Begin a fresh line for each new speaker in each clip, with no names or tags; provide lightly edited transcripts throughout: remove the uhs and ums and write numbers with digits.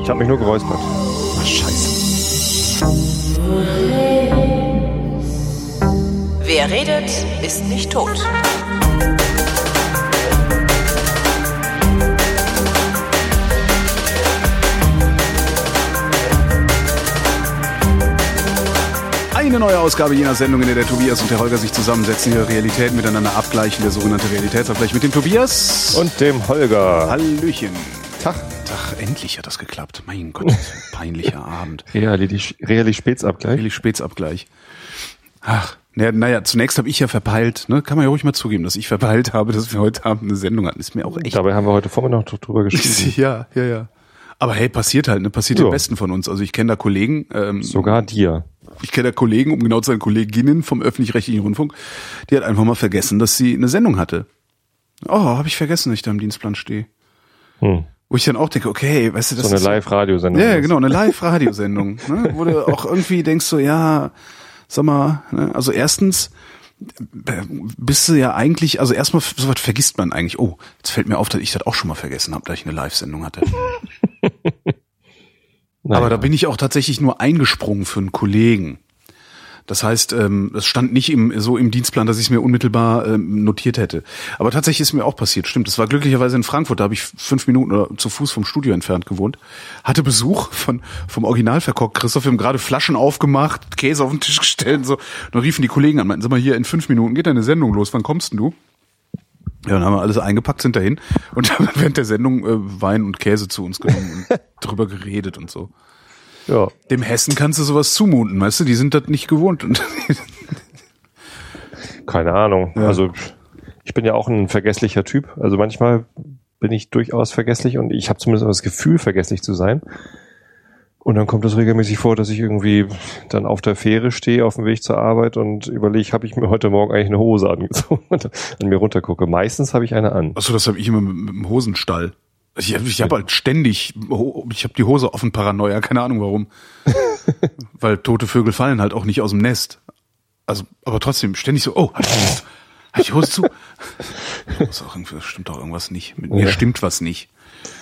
habe mich nur geräuspert.
Ach, scheiße.
Wer redet, ist nicht tot.
Eine neue Ausgabe jener Sendung, in der Tobias und der Holger sich zusammensetzen, ihre Realitäten miteinander abgleichen, der sogenannte Realitätsabgleich mit dem Tobias
und dem Holger.
Hallöchen.
Tag,
endlich hat das geklappt. Mein Gott, peinlicher Abend.
Realitätsabgleich.
Ach, naja, zunächst habe ich ja verpeilt, ne? Kann man ja ruhig mal zugeben, dass ich verpeilt habe, dass wir heute Abend eine Sendung hatten. Ist mir auch echt...
Dabei haben wir heute Vormittag drüber geschrieben.
Ja. Aber hey, passiert halt, ne? Passiert den Besten von uns. Also ich kenne da Kollegen...
sogar dir.
Ich kenne da Kollegen, um genau zu sein, Kolleginnen vom öffentlich-rechtlichen Rundfunk, die hat einfach mal vergessen, dass sie eine Sendung hatte. Oh, habe ich vergessen, dass ich da im Dienstplan stehe. Wo ich dann auch denke, okay, weißt du, das
ist so eine Live-Radiosendung.
Ja, genau, eine Live-Radiosendung. Ne? Wo du auch irgendwie denkst so, ja, sag mal, ne? Also erstens bist du ja eigentlich, also erstmal sowas vergisst man eigentlich. Oh, jetzt fällt mir auf, dass ich das auch schon mal vergessen habe, da ich eine Live-Sendung hatte. Aber da bin ich auch tatsächlich nur eingesprungen für einen Kollegen. Das heißt, es stand nicht im Dienstplan, dass ich es mir unmittelbar notiert hätte. Aber tatsächlich ist mir auch passiert, stimmt. Es war glücklicherweise in Frankfurt, da habe ich 5 Minuten oder zu Fuß vom Studio entfernt gewohnt. Hatte Besuch vom Originalverkocht Christoph, wir haben gerade Flaschen aufgemacht, Käse auf den Tisch gestellt und so. Dann riefen die Kollegen an, meinten, sag mal, hier in 5 Minuten geht deine Sendung los, wann kommst denn du? Ja, dann haben wir alles eingepackt, sind dahin und haben während der Sendung Wein und Käse zu uns genommen und drüber geredet und so.
Ja.
Dem Hessen kannst du sowas zumuten, weißt du, die sind das nicht gewohnt.
Keine Ahnung. Ja. Also ich bin ja auch ein vergesslicher Typ. Also manchmal bin ich durchaus vergesslich und ich habe zumindest das Gefühl, vergesslich zu sein. Und dann kommt es regelmäßig vor, dass ich irgendwie dann auf der Fähre stehe, auf dem Weg zur Arbeit und überlege, habe ich mir heute Morgen eigentlich eine Hose angezogen und an mir runtergucke. Meistens habe ich eine an.
Achso, das habe ich immer mit dem Hosenstall. Ich hab halt ständig, ich habe die Hose offen, Paranoia, keine Ahnung warum. Weil tote Vögel fallen halt auch nicht aus dem Nest. Also, aber trotzdem ständig so, oh, hab ich die Hose zu? Das stimmt doch irgendwas nicht. Mit mir stimmt was nicht.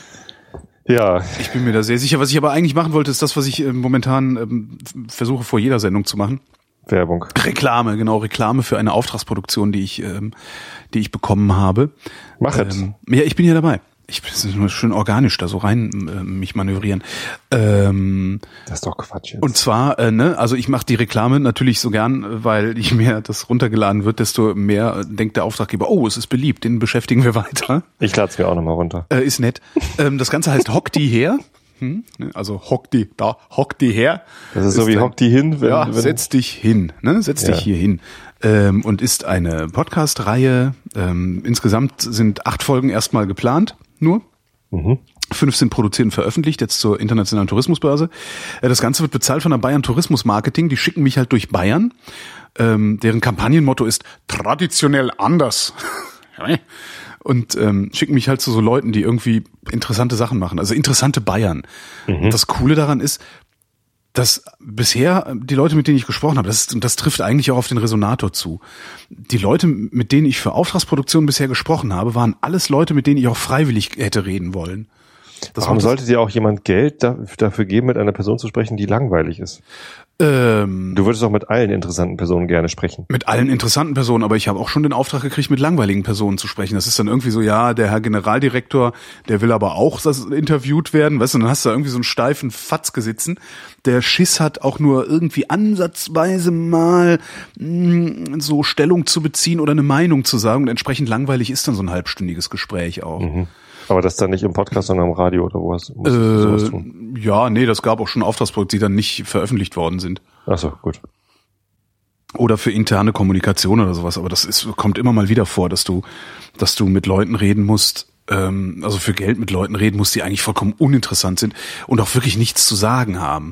Ja.
Ich bin mir da sehr sicher. Was ich aber eigentlich machen wollte, ist das, was ich momentan versuche vor jeder Sendung zu machen.
Werbung.
Reklame für eine Auftragsproduktion, die ich bekommen habe.
Machet.
Ja, ich bin hier dabei. Ich bin nur schön organisch da so rein mich manövrieren.
Das ist doch Quatsch jetzt.
Und zwar, also ich mache die Reklame natürlich so gern, weil je mehr das runtergeladen wird, desto mehr denkt der Auftraggeber, oh, es ist beliebt, den beschäftigen wir weiter.
Ich lade es mir auch nochmal runter.
Ist nett. Das Ganze heißt Hock die her. Also hock die her.
Das ist so wie hock die hin.
Setz dich hin. Ne? Setz dich hier hin. Und ist eine Podcast-Reihe. Insgesamt sind 8 Folgen erstmal geplant. Nur. 5 sind produziert und veröffentlicht, jetzt zur internationalen Tourismusbörse. Das Ganze wird bezahlt von der Bayern Tourismus Marketing. Die schicken mich halt durch Bayern. Deren Kampagnenmotto ist traditionell anders. Und schicken mich halt zu so Leuten, die irgendwie interessante Sachen machen. Also interessante Bayern. Und das Coole daran ist, dass bisher die Leute, mit denen ich gesprochen habe, das trifft eigentlich auch auf den Resonator zu. Die Leute, mit denen ich für Auftragsproduktionen bisher gesprochen habe, waren alles Leute, mit denen ich auch freiwillig hätte reden wollen.
Warum sollte dir auch jemand Geld dafür geben, mit einer Person zu sprechen, die langweilig ist? Du würdest auch mit allen interessanten Personen gerne sprechen.
Mit allen interessanten Personen, aber ich habe auch schon den Auftrag gekriegt, mit langweiligen Personen zu sprechen. Das ist dann irgendwie so, ja, der Herr Generaldirektor, der will aber auch interviewt werden, weißt du, und dann hast du da irgendwie so einen steifen Fatzke sitzen, der Schiss hat, auch nur irgendwie ansatzweise mal so Stellung zu beziehen oder eine Meinung zu sagen und entsprechend langweilig ist dann so ein halbstündiges Gespräch auch.
Aber das dann nicht im Podcast, sondern im Radio oder was? Musst du sowas tun?
Ja, nee, das gab auch schon Auftragsprodukte, die dann nicht veröffentlicht worden sind.
Ach so, gut.
Oder für interne Kommunikation oder sowas. Aber kommt immer mal wieder vor, dass du mit Leuten reden musst, also für Geld mit Leuten reden musst, die eigentlich vollkommen uninteressant sind und auch wirklich nichts zu sagen haben.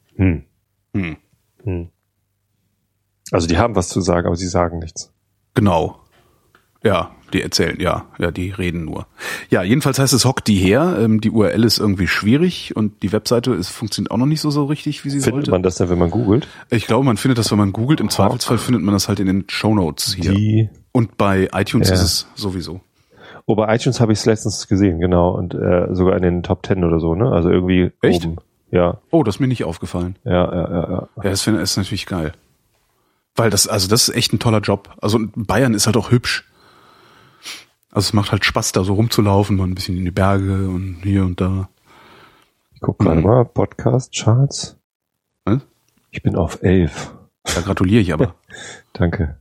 Also die haben was zu sagen, aber sie sagen nichts.
Genau. Ja, die erzählen, ja, die reden nur. Ja, jedenfalls heißt es Hock die her. Die URL ist irgendwie schwierig und die Webseite funktioniert auch noch nicht so richtig, wie sie sollte.
Findet man das denn, wenn man googelt?
Ich glaube, man findet das, wenn man googelt. Im Zweifelsfall findet man das halt in den Shownotes hier. Und bei iTunes ist es sowieso.
Oh, bei iTunes habe ich es letztens gesehen, genau. Und sogar in den Top 10 oder so, ne? Also irgendwie
Echt?
oben. Ja.
Oh, das ist mir nicht aufgefallen.
Ja.
Ja, das ist natürlich geil. Weil das ist echt ein toller Job. Also Bayern ist halt auch hübsch. Also es macht halt Spaß, da so rumzulaufen, mal ein bisschen in die Berge und hier und da.
Ich guck gerade mal, Podcast-Charts.
Was?
Ich bin auf 11.
Da gratuliere ich aber.
Danke.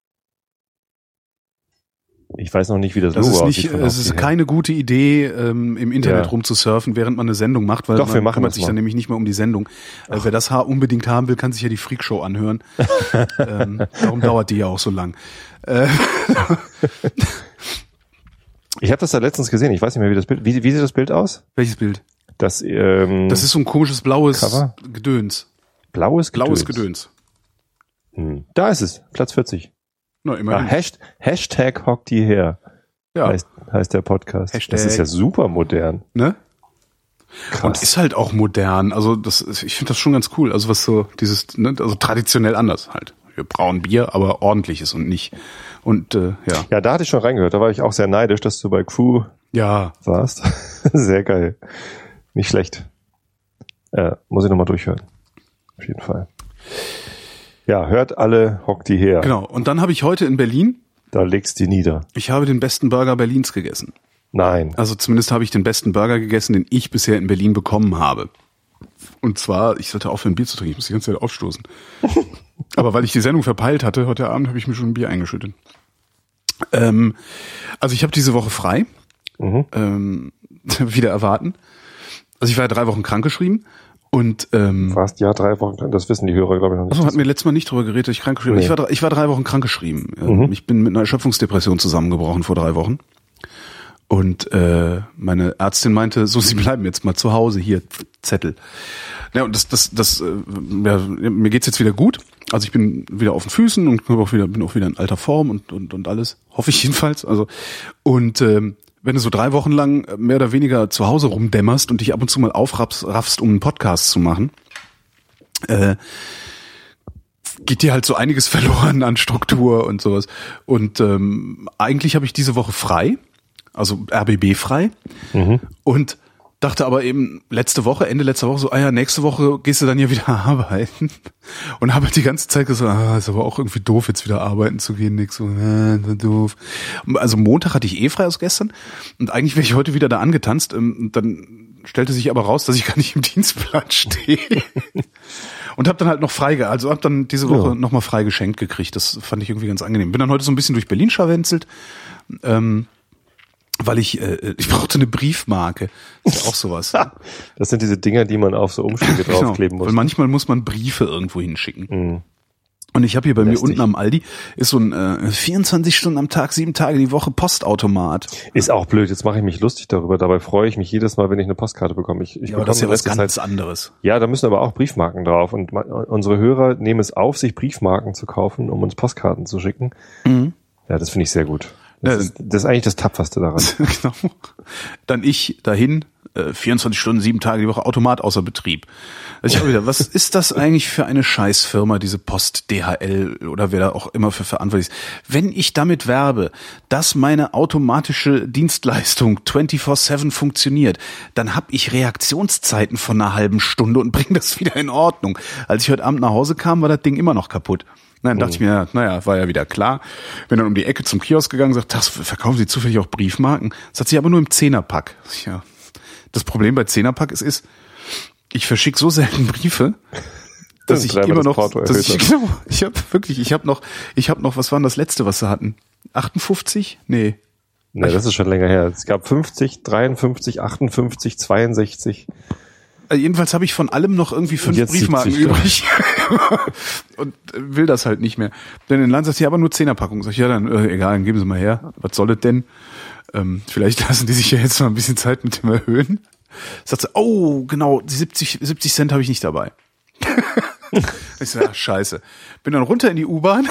Ich weiß noch nicht, wie das
Logo
aussieht.
Es ist keine gute Idee, im Internet rumzusurfen, während man eine Sendung macht, weil
Doch,
man kümmert sich dann nämlich nicht mehr um die Sendung. Wer das unbedingt haben will, kann sich ja die Freakshow anhören. Darum dauert die ja auch so lang.
Ich habe das da letztens gesehen. Ich weiß nicht mehr, wie das Bild. Wie sieht das Bild aus?
Welches Bild?
Das
ist so ein komisches blaues
Cover?
Gedöns.
Blaues
Gedöns.
Da ist es, Platz 40.
Na, immerhin.
Hashtag hockt die her.
Ja.
Heißt der Podcast.
Hashtag.
Das ist ja super modern.
Ne?
Krass.
Und ist halt auch modern. Also ich finde das schon ganz cool. Also was so dieses, ne, also traditionell anders halt. Wir brauen Bier, aber ordentliches und nicht. Und ja.
Ja, da hatte ich schon reingehört. Da war ich auch sehr neidisch, dass du bei Crew warst. Sehr geil. Nicht schlecht. Muss ich nochmal durchhören. Auf jeden Fall. Ja, hört alle, hockt die her.
Genau. Und dann habe ich heute in Berlin.
Da legst die nieder.
Ich habe den besten Burger Berlins gegessen.
Nein.
Also zumindest habe ich den besten Burger gegessen, den ich bisher in Berlin bekommen habe. Und zwar, ich sollte aufhören, Bier zu trinken. Ich muss die ganze Zeit aufstoßen. Aber weil ich die Sendung verpeilt hatte, heute Abend habe ich mir schon ein Bier eingeschüttet. Also ich habe diese Woche frei. Wieder erwarten. Also ich war ja 3 Wochen krankgeschrieben. Und
fast 3 Wochen, das wissen die Hörer, glaube ich, noch nicht.
Also hatten wir letztes Mal nicht drüber geredet, dass ich krankgeschrieben bin.
Nee.
Ich war 3 Wochen krankgeschrieben. Ich bin mit einer Erschöpfungsdepression zusammengebrochen vor 3 Wochen. Und meine Ärztin meinte, so, Sie bleiben jetzt mal zu Hause, hier, Zettel. Ja, und mir geht's jetzt wieder gut. Also ich bin wieder auf den Füßen und bin auch wieder in alter Form und alles. Hoffe ich jedenfalls. Also, und wenn du so 3 Wochen lang mehr oder weniger zu Hause rumdämmerst und dich ab und zu mal aufraffst, um einen Podcast zu machen, geht dir halt so einiges verloren an Struktur und sowas. Und eigentlich habe ich diese Woche frei, also RBB frei, und dachte aber eben Ende letzter Woche so, nächste Woche gehst du dann ja wieder arbeiten. Und habe halt die ganze Zeit gesagt, ist aber auch irgendwie doof, jetzt wieder arbeiten zu gehen, nix so, doof. Also Montag hatte ich frei aus gestern und eigentlich wäre ich heute wieder da angetanzt. Und dann stellte sich aber raus, dass ich gar nicht im Dienstplan stehe. Und habe dann halt noch habe dann diese Woche nochmal frei geschenkt gekriegt. Das fand ich irgendwie ganz angenehm. Bin dann heute so ein bisschen durch Berlin scharwenzelt, weil ich brauchte eine Briefmarke. Das ist ja auch sowas.
Das sind diese Dinger, die man auf so Umschläge draufkleben muss.
Weil manchmal muss man Briefe irgendwo hinschicken. Und ich habe hier bei mir unten am Aldi ist so ein 24 Stunden am Tag, 7 Tage die Woche Postautomat.
Ist auch blöd. Jetzt mache ich mich lustig darüber. Dabei freue ich mich jedes Mal, wenn ich eine Postkarte bekomme.
Aber das ist ja was ganz anderes.
Ja, da müssen aber auch Briefmarken drauf. Und unsere Hörer nehmen es auf, sich Briefmarken zu kaufen, um uns Postkarten zu schicken. Ja, das finde ich sehr gut. Das ist eigentlich das Tapferste daran.
Genau. Dann ich dahin, 24 Stunden, 7 Tage die Woche, Automat außer Betrieb. Also ich auch wieder, was ist das eigentlich für eine Scheißfirma, diese Post, DHL oder wer da auch immer für verantwortlich ist? Wenn ich damit werbe, dass meine automatische Dienstleistung 24/7 funktioniert, dann habe ich Reaktionszeiten von einer halben Stunde und bringe das wieder in Ordnung. Als ich heute Abend nach Hause kam, war das Ding immer noch kaputt. Dann dachte ich mir, war ja wieder klar. Bin dann um die Ecke zum Kiosk gegangen und gesagt, verkaufen Sie zufällig auch Briefmarken? Das hat sie aber nur im 10er-Pack. Ja. Das Problem bei 10er-Pack ist, ich verschicke so selten Briefe, dass ich immer noch, ich habe noch, was war denn das letzte, was sie hatten? 58? Nee.
Nee, das ist schon länger her. Es gab 50, 53, 58, 62.
Jedenfalls habe ich von allem noch irgendwie 5 Briefmarken übrig und will das halt nicht mehr. Denn in Land sagt sie aber nur 10er-Packung. Sag ich, ja, dann egal, dann geben Sie mal her. Was soll das denn? Vielleicht lassen die sich ja jetzt mal ein bisschen Zeit mit dem erhöhen. Sagt sie, oh, genau, die 70 Cent habe ich nicht dabei. Ich so, ja, scheiße. Bin dann runter in die U-Bahn.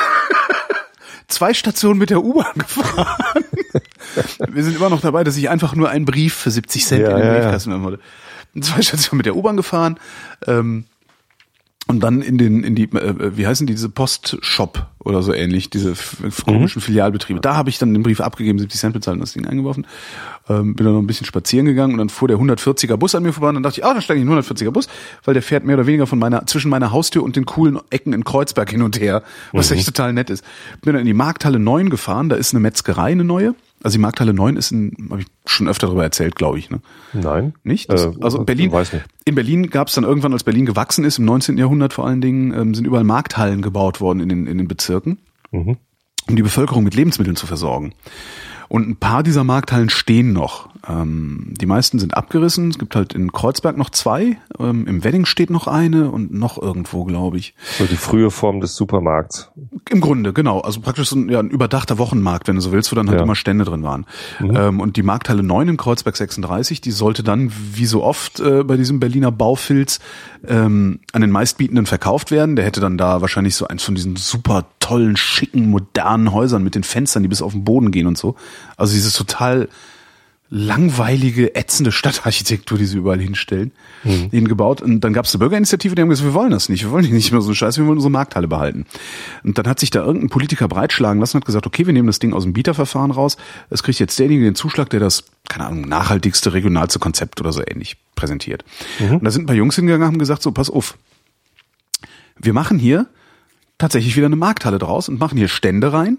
2 Stationen mit der U-Bahn gefahren. Wir sind immer noch dabei, dass ich einfach nur einen Brief für 70 Cent in den Briefkasten haben wollte. 2 Stationen mit der U-Bahn gefahren, Und dann in die, wie heißen die, diese Postshop oder so ähnlich, diese komischen Filialbetriebe. Da habe ich dann den Brief abgegeben, 70 Cent bezahlt und das Ding eingeworfen. Bin dann noch ein bisschen spazieren gegangen und dann fuhr der 140er Bus an mir vorbei und dann dachte ich, dann steige ich in den 140er Bus, weil der fährt mehr oder weniger zwischen meiner Haustür und den coolen Ecken in Kreuzberg hin und her, was echt total nett ist. Bin dann in die Markthalle 9 gefahren, da ist eine Metzgerei, eine neue. Also die Markthalle 9 ist habe ich schon öfter darüber erzählt, glaube ich. Ne?
Nein.
Nicht? Also Berlin,
weiß nicht.
In Berlin gab es dann irgendwann, als Berlin gewachsen ist, im 19. Jahrhundert vor allen Dingen, sind überall Markthallen gebaut worden in den Bezirken, um die Bevölkerung mit Lebensmitteln zu versorgen. Und ein paar dieser Markthallen stehen noch. Die meisten sind abgerissen. Es gibt halt in Kreuzberg noch 2. Im Wedding steht noch eine und noch irgendwo, glaube ich.
So die frühe Form des Supermarkts.
Im Grunde, genau. Also praktisch so ein überdachter Wochenmarkt, wenn du so willst, wo dann halt immer Stände drin waren. Und die Markthalle 9 in Kreuzberg 36, die sollte dann, wie so oft bei diesem Berliner Baufilz, an den Meistbietenden verkauft werden. Der hätte dann da wahrscheinlich so eins von diesen super tollen, schicken, modernen Häusern mit den Fenstern, die bis auf den Boden gehen und so. Also dieses total langweilige, ätzende Stadtarchitektur, die sie überall hinstellen, den gebaut. Und dann gab es eine Bürgerinitiative, die haben gesagt, wir wollen das nicht, wir wollen nicht mehr so eine Scheiße, wir wollen unsere Markthalle behalten. Und dann hat sich da irgendein Politiker breitschlagen lassen und hat gesagt, okay, wir nehmen das Ding aus dem Bieterverfahren raus, es kriegt jetzt derjenige den Zuschlag, der das, keine Ahnung, nachhaltigste, regionalste Konzept oder so ähnlich präsentiert. Und da sind ein paar Jungs hingegangen und haben gesagt, so, pass auf, wir machen hier tatsächlich wieder eine Markthalle draus und machen hier Stände rein,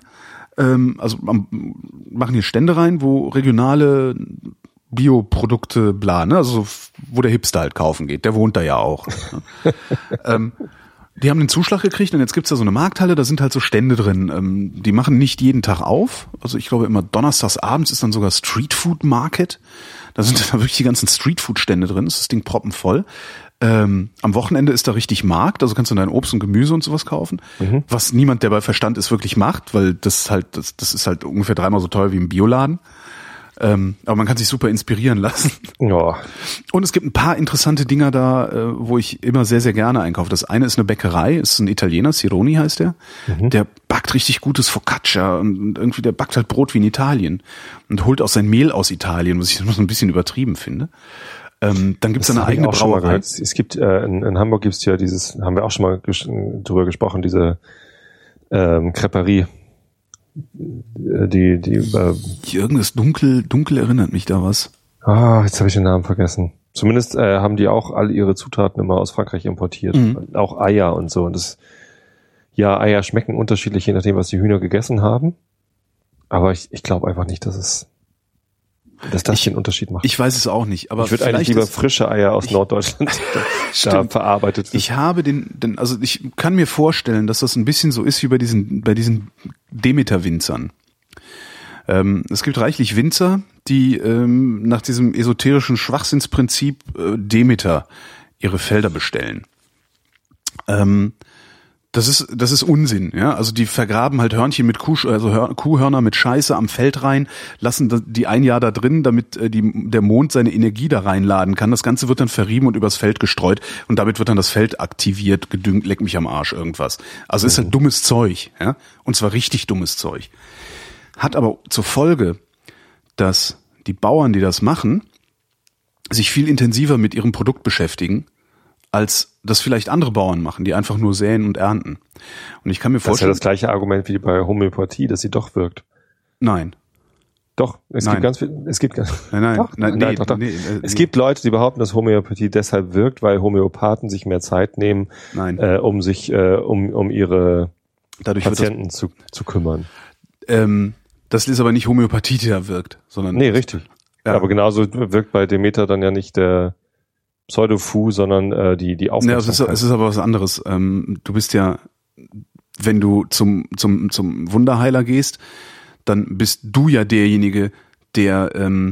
machen hier Stände rein, wo regionale Bioprodukte, ne? Also wo der Hipster halt kaufen geht, der wohnt da ja auch. Die haben den Zuschlag gekriegt und jetzt gibt's da so eine Markthalle, da sind halt so Stände drin. Die machen nicht jeden Tag auf, also ich glaube immer donnerstags abends ist dann sogar Streetfood Market. Da sind da wirklich die ganzen Streetfood-Stände drin, ist das Ding proppenvoll. Am Wochenende ist da richtig Markt, also kannst du dein Obst und Gemüse und sowas kaufen, was niemand, der bei Verstand ist, wirklich macht, weil das ist halt ungefähr 3-mal so teuer wie im Bioladen. Aber man kann sich super inspirieren lassen.
Ja.
Und es gibt ein paar interessante Dinger da, wo ich immer sehr, sehr gerne einkaufe. Das eine ist eine Bäckerei, ist ein Italiener, Cironi heißt der. Der backt richtig gutes Focaccia und irgendwie der backt halt Brot wie in Italien und holt auch sein Mehl aus Italien, was ich immer so ein bisschen übertrieben finde. Dann gibt's eine eigene Brauerei.
Es gibt in Hamburg gibt's ja dieses, haben wir auch schon mal drüber gesprochen, diese Creperie.
Irgendwas dunkel erinnert mich da was.
Jetzt habe ich den Namen vergessen. Zumindest haben die auch alle ihre Zutaten immer aus Frankreich importiert. Auch Eier und so. Und Eier schmecken unterschiedlich, je nachdem, was die Hühner gegessen haben. Aber ich glaube einfach nicht, dass das den Unterschied macht.
Ich weiß es auch nicht, aber
ich würde eigentlich lieber frische Eier aus Norddeutschland da verarbeitet werden.
Ich habe also ich kann mir vorstellen, dass das ein bisschen so ist wie bei diesen Demeter-Winzern. Es gibt reichlich Winzer, die nach diesem esoterischen Schwachsinnsprinzip Demeter ihre Felder bestellen. Das ist Unsinn, ja. Also die vergraben halt Hörnchen mit Kuhhörner mit Scheiße am Feld rein, lassen die ein Jahr da drin, damit der Mond seine Energie da reinladen kann. Das Ganze wird dann verrieben und übers Feld gestreut und damit wird dann das Feld aktiviert, gedüngt, leck mich am Arsch, irgendwas. Also ist halt dummes Zeug, ja. Und zwar richtig dummes Zeug. Hat aber zur Folge, dass die Bauern, die das machen, sich viel intensiver mit ihrem Produkt beschäftigen, als das vielleicht andere Bauern machen, die einfach nur säen und ernten. Und ich kann mir vorstellen...
Das ist ja das gleiche Argument wie bei Homöopathie, dass sie doch wirkt.
Nein.
Doch, es gibt ganz viel... Es gibt Leute, die behaupten, dass Homöopathie deshalb wirkt, weil Homöopathen sich mehr Zeit nehmen, um sich um ihre Patienten zu kümmern.
Das ist aber nicht Homöopathie, die da wirkt, sondern...
Nee, richtig. Ja. Aber genauso wirkt bei Demeter dann ja nicht der Pseudo-Fu, sondern die Aufmerksamkeit.
Ja, es ist aber was anderes. Du bist ja, wenn du zum Wunderheiler gehst, dann bist du ja derjenige, der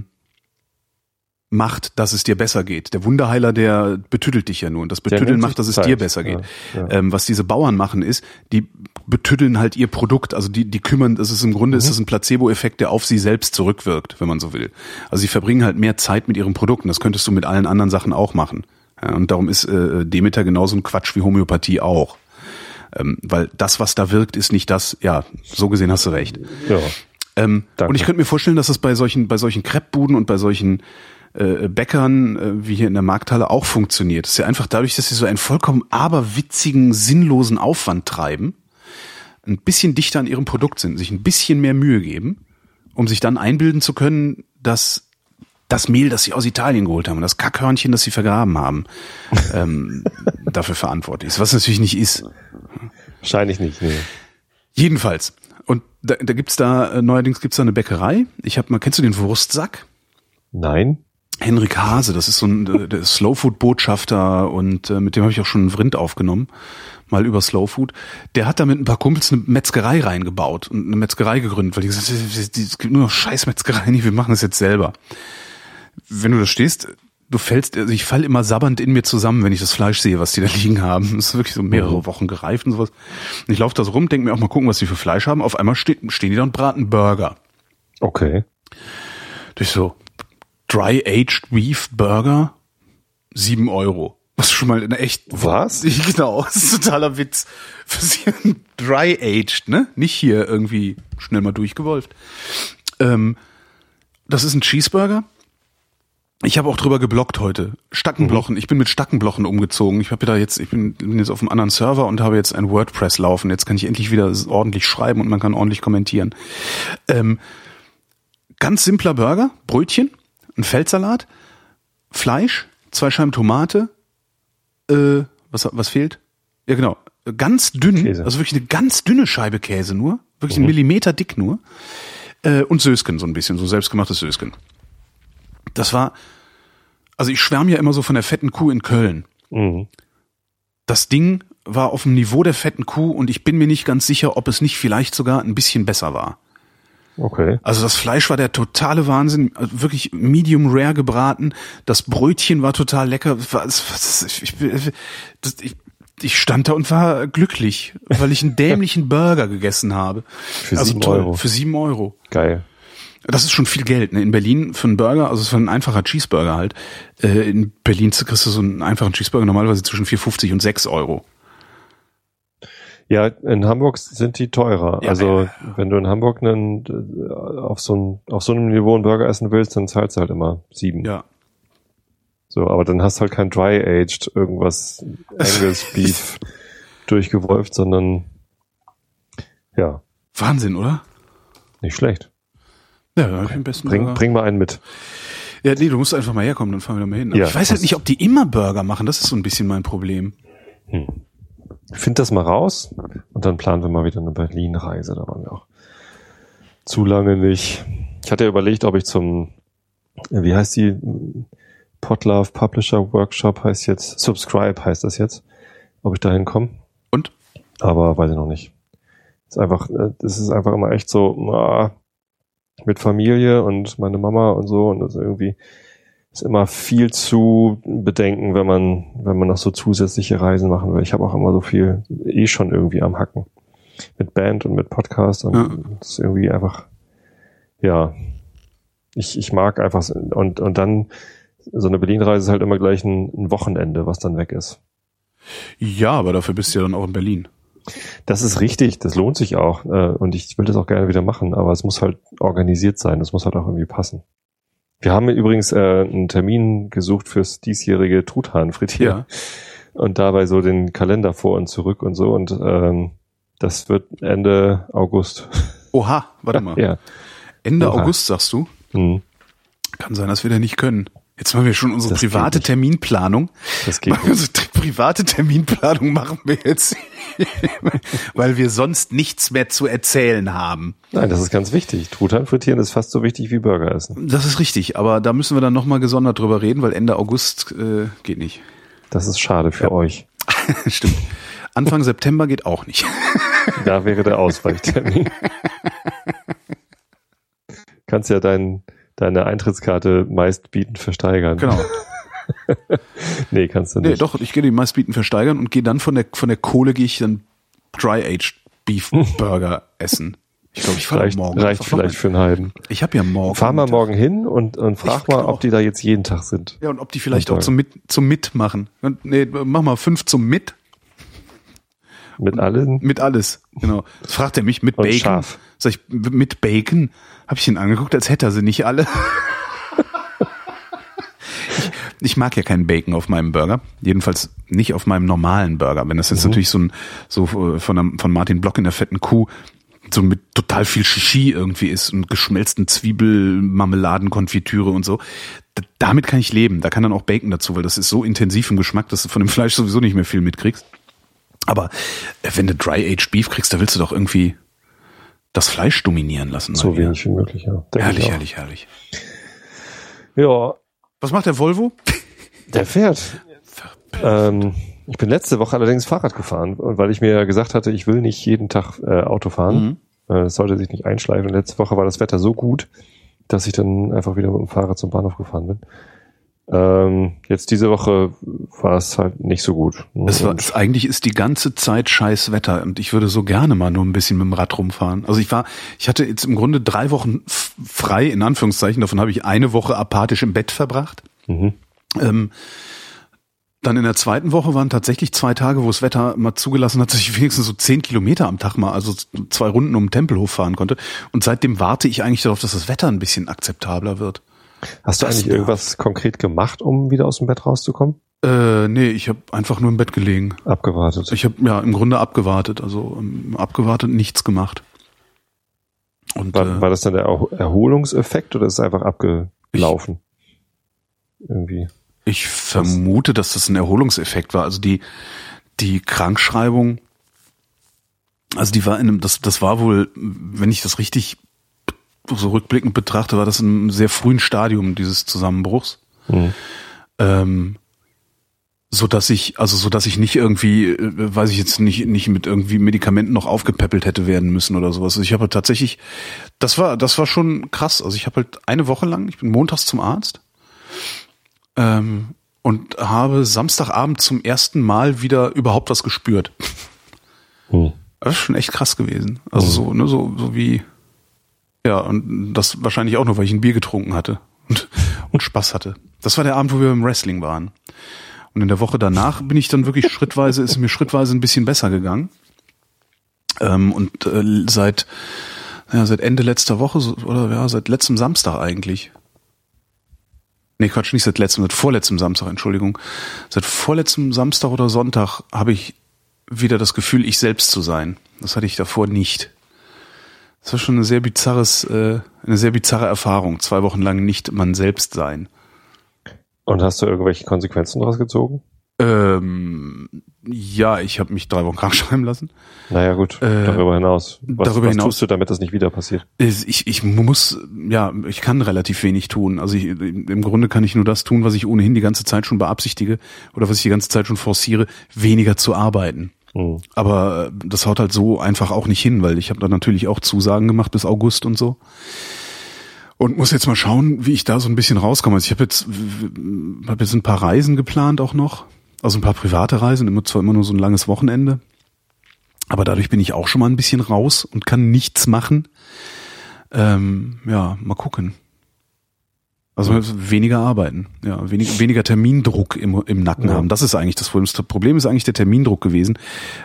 macht, dass es dir besser geht. Der Wunderheiler, der betüttelt dich ja nur. Und das Betütteln macht, dass es dir besser geht. Ja. Was diese Bauern machen ist, die betütteln halt ihr Produkt. Also die kümmern, das ist im Grunde ist das ein Placebo-Effekt, der auf sie selbst zurückwirkt, wenn man so will. Also sie verbringen halt mehr Zeit mit ihrem Produkt. Und das könntest du mit allen anderen Sachen auch machen. Ja, und darum ist Demeter genauso ein Quatsch wie Homöopathie auch. Weil das, was da wirkt, ist nicht das, ja, so gesehen hast du recht.
Ja.
Und ich könnte mir vorstellen, dass das bei solchen Crepe-Buden und bei solchen Bäckern wie hier in der Markthalle auch funktioniert. Das ist ja einfach dadurch, dass sie so einen vollkommen aberwitzigen, sinnlosen Aufwand treiben, ein bisschen dichter an ihrem Produkt sind, sich ein bisschen mehr Mühe geben, um sich dann einbilden zu können, dass das Mehl, das sie aus Italien geholt haben und das Kackhörnchen, das sie vergraben haben, dafür verantwortlich ist, was natürlich nicht ist.
Wahrscheinlich nicht, nee.
Jedenfalls. Und neuerdings gibt's da eine Bäckerei. Kennst du den Wurstsack?
Nein.
Henrik Hase, das ist so ein der Slowfood-Botschafter und mit dem habe ich auch schon einen Vrind aufgenommen, mal über Slowfood. Der hat da mit ein paar Kumpels eine Metzgerei reingebaut und eine Metzgerei gegründet, weil die gesagt haben, es gibt nur noch scheiß Metzgereien, wir machen das jetzt selber. Wenn du da stehst, ich falle immer sabbernd in mir zusammen, wenn ich das Fleisch sehe, was die da liegen haben. Das ist wirklich so mehrere Wochen gereift und sowas. Und ich laufe da so rum, denke mir auch mal gucken, was die für Fleisch haben. Auf einmal stehen die da und braten Burger.
Okay.
Durch so Dry-Aged Beef Burger, 7 €. Was schon mal eine echt...
Was?
Genau, das ist totaler Witz. Dry-Aged, ne? Nicht hier irgendwie schnell mal durchgewolft. Das ist ein Cheeseburger. Ich habe auch drüber gebloggt heute. Stackenblochen. Ich bin mit Stackenblochen umgezogen. Ich bin jetzt auf einem anderen Server und habe jetzt ein WordPress laufen. Jetzt kann ich endlich wieder ordentlich schreiben und man kann ordentlich kommentieren. Ganz simpler Burger, Brötchen, ein Feldsalat, Fleisch, 2 Scheiben Tomate, was fehlt? Ja, genau. Ganz dünn, Käse. Also wirklich eine ganz dünne Scheibe Käse nur, wirklich 1 Millimeter dick nur. Und Sösken so ein bisschen, so selbstgemachtes Sösken. Also ich schwärme ja immer so von der fetten Kuh in Köln. Mhm. Das Ding war auf dem Niveau der fetten Kuh und ich bin mir nicht ganz sicher, ob es nicht vielleicht sogar ein bisschen besser war.
Okay.
Also das Fleisch war der totale Wahnsinn, wirklich medium rare gebraten. Das Brötchen war total lecker. Ich stand da und war glücklich, weil ich einen dämlichen Burger gegessen habe.
Für 7 €.
Für 7 €.
Geil.
Das ist schon viel Geld, ne? In Berlin für einen Burger, also für ein einfacher Cheeseburger halt. In Berlin kriegst du so einen einfachen Cheeseburger normalerweise zwischen 4,50 und 6 €.
Ja, in Hamburg sind die teurer. Ja, also wenn du in Hamburg auf so einem Niveau einen Burger essen willst, dann zahlst du halt immer 7.
Ja.
So, aber dann hast du halt kein Dry-Aged irgendwas Angus Beef durchgewolft, sondern ja.
Wahnsinn, oder?
Nicht schlecht.
Ja, da hab ich den besten
Bring mal einen mit.
Ja, nee, du musst einfach mal herkommen, dann fahren wir da mal hin. Ja, ich weiß halt nicht, ob die immer Burger machen, das ist so ein bisschen mein Problem.
Find das mal raus und dann planen wir mal wieder eine Berlin-Reise. Da waren wir auch zu lange nicht. Ich hatte ja überlegt, ob ich wie heißt die? Podlove Publisher Workshop heißt jetzt, Subscribe heißt das jetzt, ob ich da hinkomme.
Und?
Aber weiß ich noch nicht. Das ist einfach immer echt so, mit Familie und meine Mama und so und das irgendwie ist immer viel zu bedenken, wenn man noch so zusätzliche Reisen machen will. Ich habe auch immer so viel schon irgendwie am Hacken. Mit Band und mit Podcast und das ist irgendwie einfach, ja, ich mag einfach und dann so eine Berlin-Reise ist halt immer gleich ein Wochenende, was dann weg ist.
Ja, aber dafür bist du ja dann auch in Berlin.
Das ist richtig, das lohnt sich auch und ich will das auch gerne wieder machen, aber es muss halt organisiert sein, es muss halt auch irgendwie passen. Wir haben übrigens einen Termin gesucht fürs diesjährige Truthahn-Frittier und dabei so den Kalender vor und zurück und so und das wird Ende August.
Oha, warte mal.
Ja.
Ende August sagst du?
Mhm.
Kann sein, dass wir da nicht können. Jetzt machen wir schon unsere private Terminplanung.
Das geht nicht.
Unsere private Terminplanung machen wir jetzt, weil wir sonst nichts mehr zu erzählen haben.
Nein, das ist ganz wichtig. Truthahn frittieren ist fast so wichtig wie Burger essen.
Das ist richtig, aber da müssen wir dann nochmal gesondert drüber reden, weil Ende August geht nicht.
Das ist schade für euch.
Stimmt. Anfang September geht auch nicht.
Da wäre der Ausweichtermin. Kannst ja deine Eintrittskarte meistbietend versteigern.
Genau.
Nee, kannst du nicht.
Nee, doch, ich gehe die meistbietend versteigern und gehe dann von der Kohle gehe ich dann Dry-Aged Beef Burger essen. Ich glaube, ich fahre morgen.
Reicht vielleicht für einen halben.
Ich habe ja morgen.
Fahr mal morgen hin und frag mal, ob die da jetzt jeden Tag sind.
Ja, und ob die vielleicht auch zum Mitmachen. Nee, mach mal 5 zum Mit.
Mit allen?
Mit alles, genau. Das fragt er mich mit
und
Bacon.
Scharf.
Sag ich, mit Bacon? Hab ich ihn angeguckt, als hätte er sie nicht alle. ich mag ja keinen Bacon auf meinem Burger. Jedenfalls nicht auf meinem normalen Burger. Wenn das jetzt natürlich so von Martin Block in der fetten Kuh so mit total viel Shishi irgendwie ist und geschmelzten Zwiebelmarmeladenkonfitüre und so. Damit kann ich leben. Da kann dann auch Bacon dazu, weil das ist so intensiv im Geschmack, dass du von dem Fleisch sowieso nicht mehr viel mitkriegst. Aber wenn du Dry-Aged Beef kriegst, da willst du doch irgendwie das Fleisch dominieren lassen.
So wenig wie möglich, ja.
Herrlich.
Ja.
Was macht der Volvo?
Der fährt. Ich bin letzte Woche allerdings Fahrrad gefahren, weil ich mir gesagt hatte, ich will nicht jeden Tag Auto fahren. Das sollte sich nicht einschleifen. Und letzte Woche war das Wetter so gut, dass ich dann einfach wieder mit dem Fahrrad zum Bahnhof gefahren bin. Jetzt diese Woche war es halt nicht so gut.
Eigentlich ist die ganze Zeit scheiß Wetter und ich würde so gerne mal nur ein bisschen mit dem Rad rumfahren. Also ich hatte jetzt im Grunde 3 Wochen frei, in Anführungszeichen, davon habe ich eine Woche apathisch im Bett verbracht. Dann in der zweiten Woche waren tatsächlich 2 Tage, wo das Wetter mal zugelassen hat, dass ich wenigstens so 10 Kilometer am Tag mal, also 2 Runden um den Tempelhof fahren konnte. Und seitdem warte ich eigentlich darauf, dass das Wetter ein bisschen akzeptabler wird.
Hast du eigentlich irgendwas konkret gemacht, um wieder aus dem Bett rauszukommen?
Nee, ich habe einfach nur im Bett gelegen.
Abgewartet.
Ich habe im Grunde abgewartet, abgewartet, nichts gemacht. Und
war das dann der Erholungseffekt oder ist es einfach abgelaufen? Irgendwie.
Ich vermute, dass das ein Erholungseffekt war. Also die Krankschreibung, also die war das war wohl, wenn ich das richtig so rückblickend betrachte, war das in einem sehr frühen Stadium dieses Zusammenbruchs. So dass ich nicht irgendwie, weiß ich jetzt nicht mit irgendwie Medikamenten noch aufgepäppelt hätte werden müssen oder sowas. Also ich habe tatsächlich, das war schon krass. Also ich habe halt eine Woche lang, ich bin montags zum Arzt, und habe Samstagabend zum ersten Mal wieder überhaupt was gespürt. Das ist schon echt krass gewesen. Also so wie, ja, und das wahrscheinlich auch nur, weil ich ein Bier getrunken hatte und Spaß hatte. Das war der Abend, wo wir im Wrestling waren. Und in der Woche danach bin ich dann wirklich ist es mir schrittweise ein bisschen besser gegangen. Seit Ende letzter Woche, seit letztem Samstag eigentlich. Nee, Quatsch, nicht seit vorletztem Samstag, Entschuldigung. Seit vorletztem Samstag oder Sonntag habe ich wieder das Gefühl, ich selbst zu sein. Das hatte ich davor nicht. Das war schon eine sehr bizarre Erfahrung. 2 Wochen lang nicht man selbst sein.
Und hast du irgendwelche Konsequenzen daraus gezogen?
Ja, ich habe mich 3 Wochen krank schreiben lassen.
Naja gut, darüber hinaus. Was tust du, damit das nicht wieder passiert?
Ich kann relativ wenig tun. Also im Grunde kann ich nur das tun, was ich ohnehin die ganze Zeit schon beabsichtige oder was ich die ganze Zeit schon forciere, weniger zu arbeiten. Aber das haut halt so einfach auch nicht hin, weil ich habe da natürlich auch Zusagen gemacht bis August und so. Und muss jetzt mal schauen, wie ich da so ein bisschen rauskomme. Also ich habe jetzt ein paar Reisen geplant auch noch. Also ein paar private Reisen, zwar immer nur so ein langes Wochenende. Aber dadurch bin ich auch schon mal ein bisschen raus und kann nichts machen. Mal gucken. Also weniger arbeiten, ja, weniger Termindruck im Nacken haben. Das ist eigentlich das Problem. Das Problem ist eigentlich der Termindruck gewesen.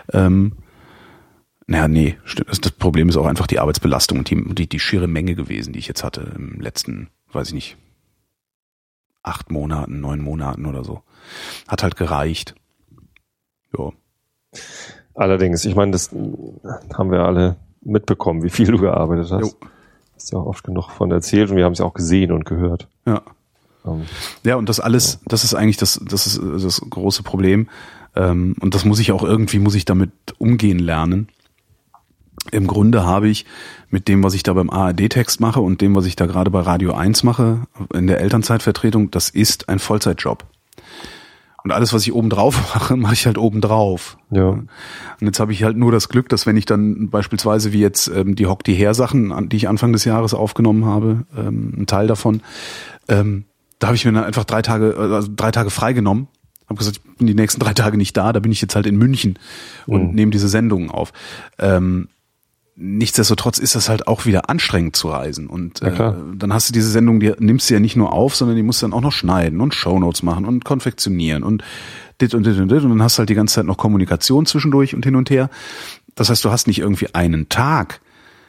Das Problem ist auch einfach die Arbeitsbelastung und die schiere Menge gewesen, die ich jetzt hatte im letzten, weiß ich nicht, 8 Monaten, 9 Monaten oder so. Hat halt gereicht. Ja.
Allerdings, ich meine, das haben wir alle mitbekommen, wie viel du gearbeitet hast. Jo. Hast ja auch oft genug von erzählt und wir haben es ja auch gesehen und gehört.
Ja. Ja, und das alles, das ist eigentlich das ist das große Problem. Und das muss ich damit umgehen lernen. Im Grunde habe ich mit dem, was ich da beim ARD-Text mache und dem, was ich da gerade bei Radio 1 mache, in der Elternzeitvertretung, das ist ein Vollzeitjob. Und alles, was ich obendrauf mache ich halt obendrauf. Ja. Und jetzt habe ich halt nur das Glück, dass wenn ich dann beispielsweise wie jetzt die Hock die Her Sachen, die ich Anfang des Jahres aufgenommen habe, ein Teil davon, da habe ich mir dann einfach 3 Tage freigenommen. Habe gesagt, ich bin die nächsten 3 Tage nicht da bin ich jetzt halt in München und nehme diese Sendungen auf. Nichtsdestotrotz ist das halt auch wieder anstrengend zu reisen. Und dann hast du diese Sendung, die nimmst du ja nicht nur auf, sondern die musst du dann auch noch schneiden und Shownotes machen und konfektionieren und dit und dit und dit. Und dann hast du halt die ganze Zeit noch Kommunikation zwischendurch und hin und her. Das heißt, du hast nicht irgendwie einen Tag,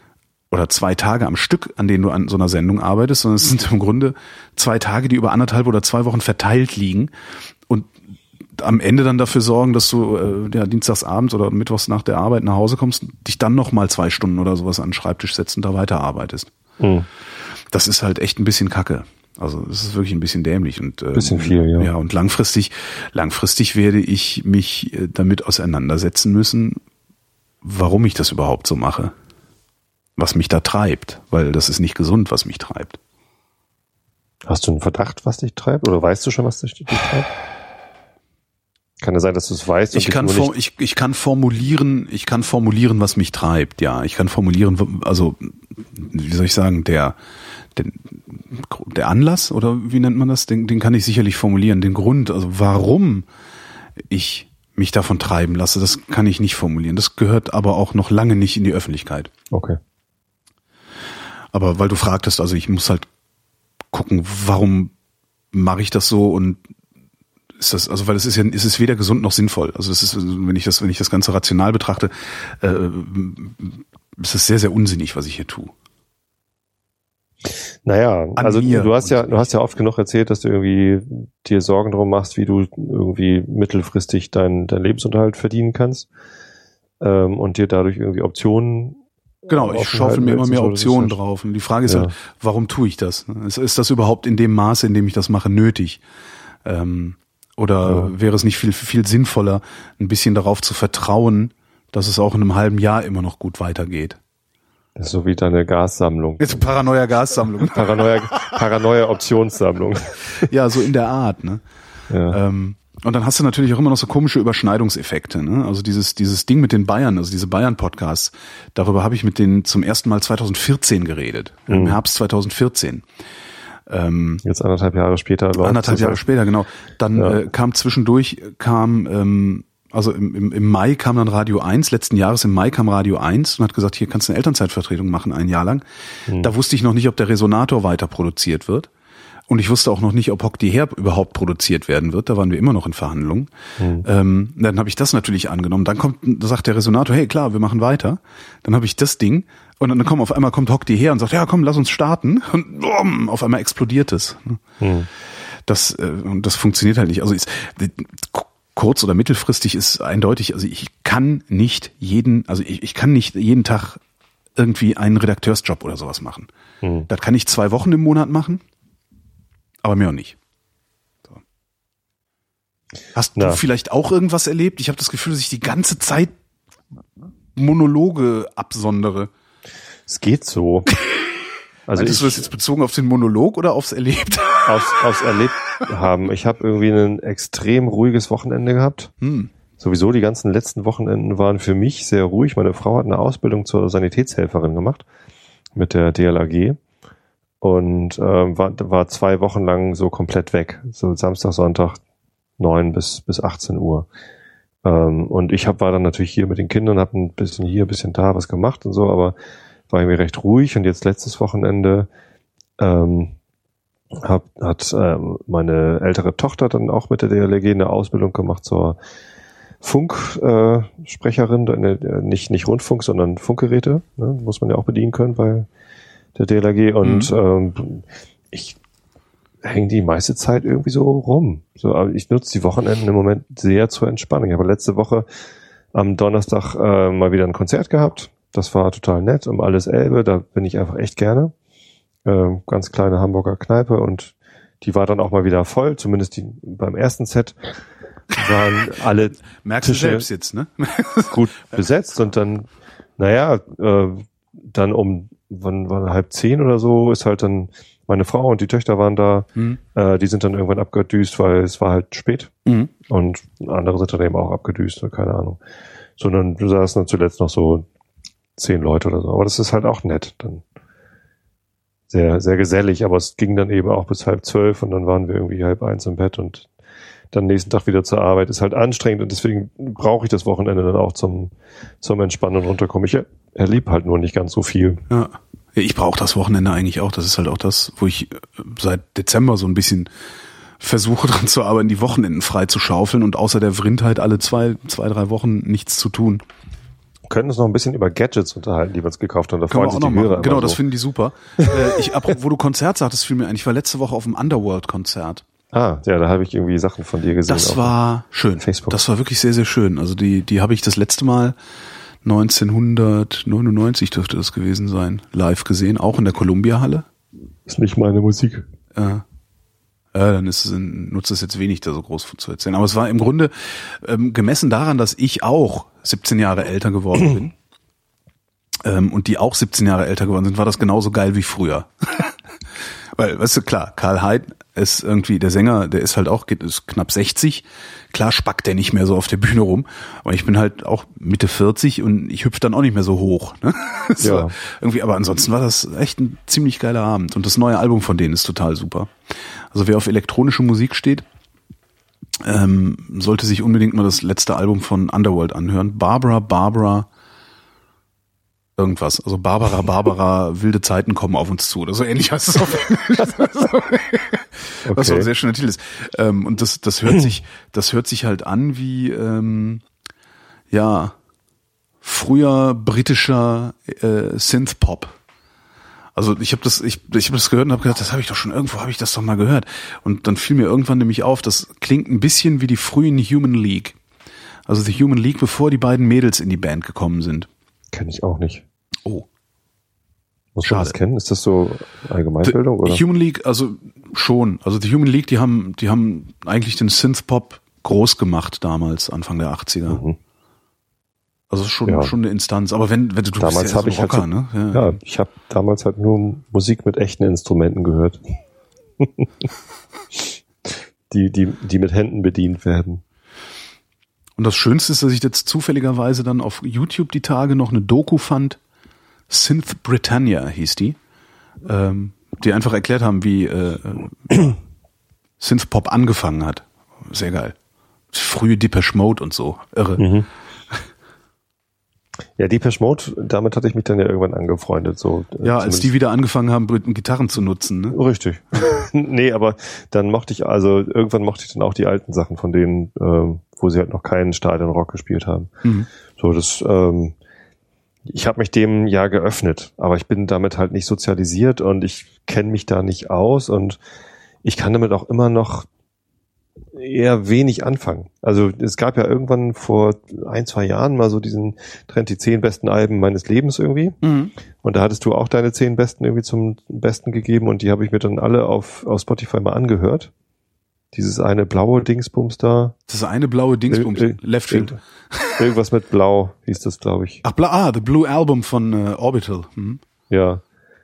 oder 2 Tage am Stück, an denen du an so einer Sendung arbeitest, sondern es sind im Grunde 2 Tage, die über 1,5 oder 2 Wochen verteilt liegen und am Ende dann dafür sorgen, dass du dienstags abends oder mittwochs nach der Arbeit nach Hause kommst, dich dann nochmal 2 Stunden oder sowas an den Schreibtisch setzt und da weiterarbeitest. Mhm. Das ist halt echt ein bisschen Kacke. Also das ist wirklich ein bisschen dämlich und
bisschen viel, ja.
Ja, und langfristig werde ich mich damit auseinandersetzen müssen, warum ich das überhaupt so mache. Was mich da treibt, weil das ist nicht gesund, was mich treibt.
Hast du einen Verdacht, was dich treibt? Oder weißt du schon, was dich treibt? Kann es sein, dass du es weißt?
Ich kann formulieren, was mich treibt, ja. Ich kann formulieren, also, wie soll ich sagen, der Anlass, oder wie nennt man das? Den kann ich sicherlich formulieren. Den Grund, also warum ich mich davon treiben lasse, das kann ich nicht formulieren. Das gehört aber auch noch lange nicht in die Öffentlichkeit.
Okay.
Aber weil du fragtest, also ich muss halt gucken, warum mache ich das so und ist das, also weil es ist weder gesund noch sinnvoll. Also das ist, wenn ich das Ganze rational betrachte, ist es sehr, sehr unsinnig, was ich hier tue.
Naja, also du hast ja oft genug erzählt, dass du irgendwie dir Sorgen darum machst, wie du irgendwie mittelfristig deinen Lebensunterhalt verdienen kannst und dir dadurch irgendwie Optionen.
Genau, ich schaufel mir immer mehr Optionen drauf. Und die Frage ist halt, warum tue ich das? Ist das überhaupt in dem Maße, in dem ich das mache, nötig? Oder wäre es nicht viel, viel sinnvoller, ein bisschen darauf zu vertrauen, dass es auch in einem halben Jahr immer noch gut weitergeht?
Das ist so wie deine Gassammlung.
Jetzt Paranoia-Gassammlung.
Paranoia Optionssammlung.
Ja, so in der Art, ne? Ja. Und dann hast du natürlich auch immer noch so komische Überschneidungseffekte, ne? Also dieses Ding mit den Bayern, also diese Bayern-Podcasts, darüber habe ich mit denen zum ersten Mal 2014 geredet. Im Herbst 2014.
Jetzt 1,5 Jahre später.
Anderthalb Jahre später, genau. Dann kam also im Mai kam dann Radio 1, letzten Jahres im Mai kam Radio 1 und hat gesagt, hier kannst du eine Elternzeitvertretung machen, 1 Jahr lang. Da wusste ich noch nicht, ob der Resonator weiter produziert wird. Und ich wusste auch noch nicht, ob Hock die Her überhaupt produziert werden wird. Da waren wir immer noch in Verhandlungen. Dann habe ich das natürlich angenommen. Dann sagt der Resonator, hey klar, wir machen weiter. Dann habe ich das Ding und dann auf einmal kommt Hock die Her und sagt, ja komm, lass uns starten. Und auf einmal explodiert es. Das funktioniert halt nicht. Also kurz- oder mittelfristig ist eindeutig, also ich kann nicht jeden Tag irgendwie einen Redakteursjob oder sowas machen. Das kann ich 2 Wochen im Monat machen, aber mehr auch nicht. So. Hast du vielleicht auch irgendwas erlebt? Ich habe das Gefühl, dass ich die ganze Zeit Monologe absondere.
Es geht so. Also
Meintest du das jetzt bezogen auf den Monolog oder aufs Erlebt?
Aufs Erlebt haben. Ich habe irgendwie ein extrem ruhiges Wochenende gehabt. Sowieso die ganzen letzten Wochenenden waren für mich sehr ruhig. Meine Frau hat eine Ausbildung zur Sanitätshelferin gemacht mit der DLAG und war 2 Wochen lang so komplett weg. So Samstag, Sonntag 9 bis 18 Uhr. Und ich war dann natürlich hier mit den Kindern, habe ein bisschen hier, ein bisschen da was gemacht und so, aber war irgendwie recht ruhig. Und jetzt letztes Wochenende hat meine ältere Tochter dann auch mit der DLRG eine Ausbildung gemacht zur Funksprecherin, nicht Rundfunk, sondern Funkgeräte, ne? Muss man ja auch bedienen können bei der DLRG. Und ich hänge die meiste Zeit irgendwie so rum. So, aber ich nutze die Wochenenden im Moment sehr zur Entspannung. Ich habe letzte Woche am Donnerstag mal wieder ein Konzert gehabt. Das war total nett, um Alles Elbe, da bin ich einfach echt gerne. Ganz kleine Hamburger Kneipe und die war dann auch mal wieder voll, zumindest beim ersten Set waren alle
Merkst
Tische
du selbst jetzt, ne?
gut besetzt und dann, dann wann war 9:30 oder so, ist halt dann meine Frau und die Töchter waren da, die sind dann irgendwann abgedüst, weil es war halt spät und andere sind dann eben auch abgedüst, keine Ahnung. Sondern du saßen dann zuletzt noch so 10 Leute oder so, aber das ist halt auch nett, dann sehr, sehr gesellig, aber es ging dann eben auch bis 11:30 und dann waren wir irgendwie 12:30 im Bett und dann nächsten Tag wieder zur Arbeit. Ist halt anstrengend und deswegen brauche ich das Wochenende dann auch zum Entspannen und runterkommen. Ich erlebe halt nur nicht ganz so viel.
Ja, ich brauche das Wochenende eigentlich auch. Das ist halt auch das, wo ich seit Dezember so ein bisschen versuche dran zu arbeiten, die Wochenenden frei zu schaufeln und außer der Vrindheit alle 2-3 Wochen nichts zu tun.
können uns noch ein bisschen über Gadgets unterhalten, die wir uns gekauft haben. Da
Können
freuen
wir auch
sich
noch
die Hörer
machen. Genau,
immer
das
so.
finden die super. Wo du Konzert sagtest, fiel mir ein. Ich war letzte Woche auf einem Underworld-Konzert.
Ja, da habe ich irgendwie Sachen von dir gesehen.
Das war schön.
Facebook.
Das war wirklich sehr, sehr schön. Also die habe ich das letzte Mal 1999 dürfte das gewesen sein, live gesehen, auch in der Columbia-Halle.
Ist nicht meine Musik.
Ja. Dann nutzt es jetzt wenig, da so groß zu erzählen. Aber es war im Grunde gemessen daran, dass ich auch 17 Jahre älter geworden bin und die auch 17 Jahre älter geworden sind, war das genauso geil wie früher. Weil, weißt du, klar, Karl Heid ist irgendwie, der Sänger, der ist halt auch, ist knapp 60. Klar spackt der nicht mehr so auf der Bühne rum. Aber ich bin halt auch Mitte 40 und ich hüpfe dann auch nicht mehr so hoch. Ne?
Ja.
Irgendwie, aber ansonsten war das echt ein ziemlich geiler Abend. Und das neue Album von denen ist total super. Also wer auf elektronische Musik steht, sollte sich unbedingt mal das letzte Album von Underworld anhören. Barbara irgendwas. Also Barbara, wilde Zeiten kommen auf uns zu. Oder so ähnlich heißt es auf Englisch. Was auch ein sehr schöner Titel ist. Und das hört sich halt an wie früher britischer Synthpop. Also ich habe das gehört und habe gedacht, das habe ich doch schon irgendwo, habe ich das doch mal gehört. Und dann fiel mir irgendwann nämlich auf, das klingt ein bisschen wie die frühen Human League. Also The Human League, bevor die beiden Mädels in die Band gekommen sind.
Kenn ich auch nicht.
Oh.
Muss man das kennen? Ist das so Allgemeinbildung, oder?
Human League, also schon. Also die Human League, die haben eigentlich den Synthpop groß gemacht damals, Anfang der 80er. Mhm. Also schon eine Instanz. Aber wenn du
damals
bist ja so Rocker,
halt so,
ne?
Ja, ich habe damals halt nur Musik mit echten Instrumenten gehört. die mit Händen bedient werden.
Und das Schönste ist, dass ich jetzt zufälligerweise dann auf YouTube die Tage noch eine Doku fand. Synth Britannia hieß die. Die einfach erklärt haben, wie Synthpop angefangen hat. Sehr geil. Frühe Depeche Mode und so. Irre.
Mhm. Ja, Depeche Mode, damit hatte ich mich dann ja irgendwann angefreundet. So,
ja, als die wieder angefangen haben, Gitarren zu nutzen. Ne?
Richtig. Nee, aber dann irgendwann mochte ich dann auch die alten Sachen von denen, wo sie halt noch keinen Stadionrock gespielt haben. Mhm. So, ich habe mich dem ja geöffnet, aber ich bin damit halt nicht sozialisiert und ich kenne mich da nicht aus und ich kann damit auch immer noch eher wenig anfangen. Also es gab ja irgendwann vor 1-2 Jahren mal so diesen Trend, die 10 besten Alben meines Lebens irgendwie. Mhm. Und da hattest du auch deine 10 besten irgendwie zum Besten gegeben und die habe ich mir dann alle auf Spotify mal angehört. Dieses eine blaue Dingsbums da.
Das eine blaue Dingsbums, Left Field.
Irgendwas mit Blau hieß das, glaube ich.
Ach, The Blue Album von Orbital. Mhm.
Ja.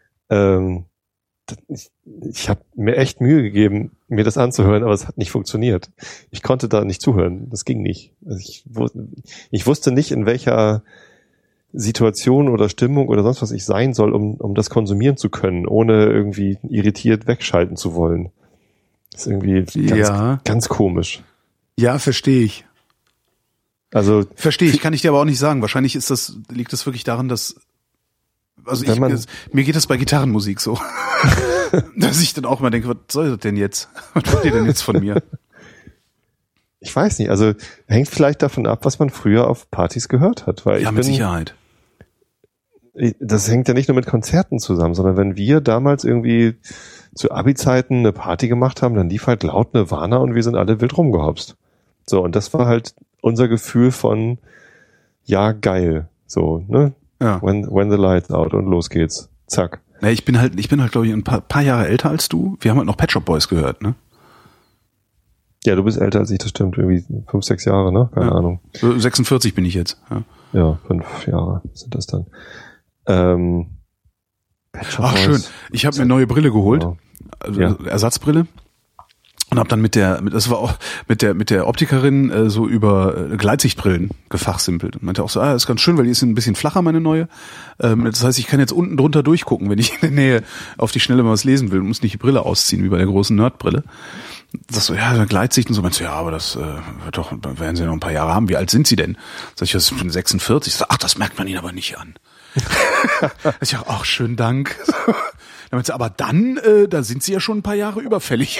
Ich habe mir echt Mühe gegeben, mir das anzuhören, aber es hat nicht funktioniert. Ich konnte da nicht zuhören. Das ging nicht. Also ich wusste nicht, in welcher Situation oder Stimmung oder sonst was ich sein soll, um das konsumieren zu können, ohne irgendwie irritiert wegschalten zu wollen. Das ist irgendwie ganz komisch.
Ja, verstehe ich.
Also
verstehe ich, kann ich dir aber auch nicht sagen. Wahrscheinlich liegt das wirklich daran, dass mir geht das bei Gitarrenmusik so, dass ich dann auch mal denke, was soll das denn jetzt? Was wollt ihr denn jetzt von mir?
Ich weiß nicht, also hängt vielleicht davon ab, was man früher auf Partys gehört hat. Weil
mit Sicherheit.
Das hängt ja nicht nur mit Konzerten zusammen, sondern wenn wir damals irgendwie zu Abi-Zeiten eine Party gemacht haben, dann lief halt laut Nirvana und wir sind alle wild rumgehopst. So, und das war halt unser Gefühl von, ja, geil. So, ne?
Ja.
When the lights out und los geht's. Zack.
Ja, ich bin halt, glaube ich, ein paar Jahre älter als du. Wir haben halt noch Pet Shop Boys gehört, ne?
Ja, du bist älter als ich, das stimmt. Irgendwie 5-6 Jahre, ne? Keine Ahnung.
46 bin ich jetzt.
Ja, 5 Jahre sind das dann.
Pet Shop Boys. Schön. Ich habe mir eine neue Brille geholt. Ja. Also Ersatzbrille. Und habe dann mit der Optikerin so über Gleitsichtbrillen gefachsimpelt und meinte auch so, ist ganz schön, weil die ist ein bisschen flacher, meine neue. Das heißt, ich kann jetzt unten drunter durchgucken, wenn ich in der Nähe auf die Schnelle mal was lesen will und muss nicht die Brille ausziehen, wie bei der großen Nerdbrille. Das so, Gleitsicht und so, meinst du, ja, aber das werden sie noch ein paar Jahre haben. Wie alt sind sie denn? Sag ich, ich bin 46. Ich so, ach, das merkt man ihnen aber nicht an. Ich sag, ach, schönen Dank. Dann meinte sie, aber dann, da sind sie ja schon ein paar Jahre überfällig.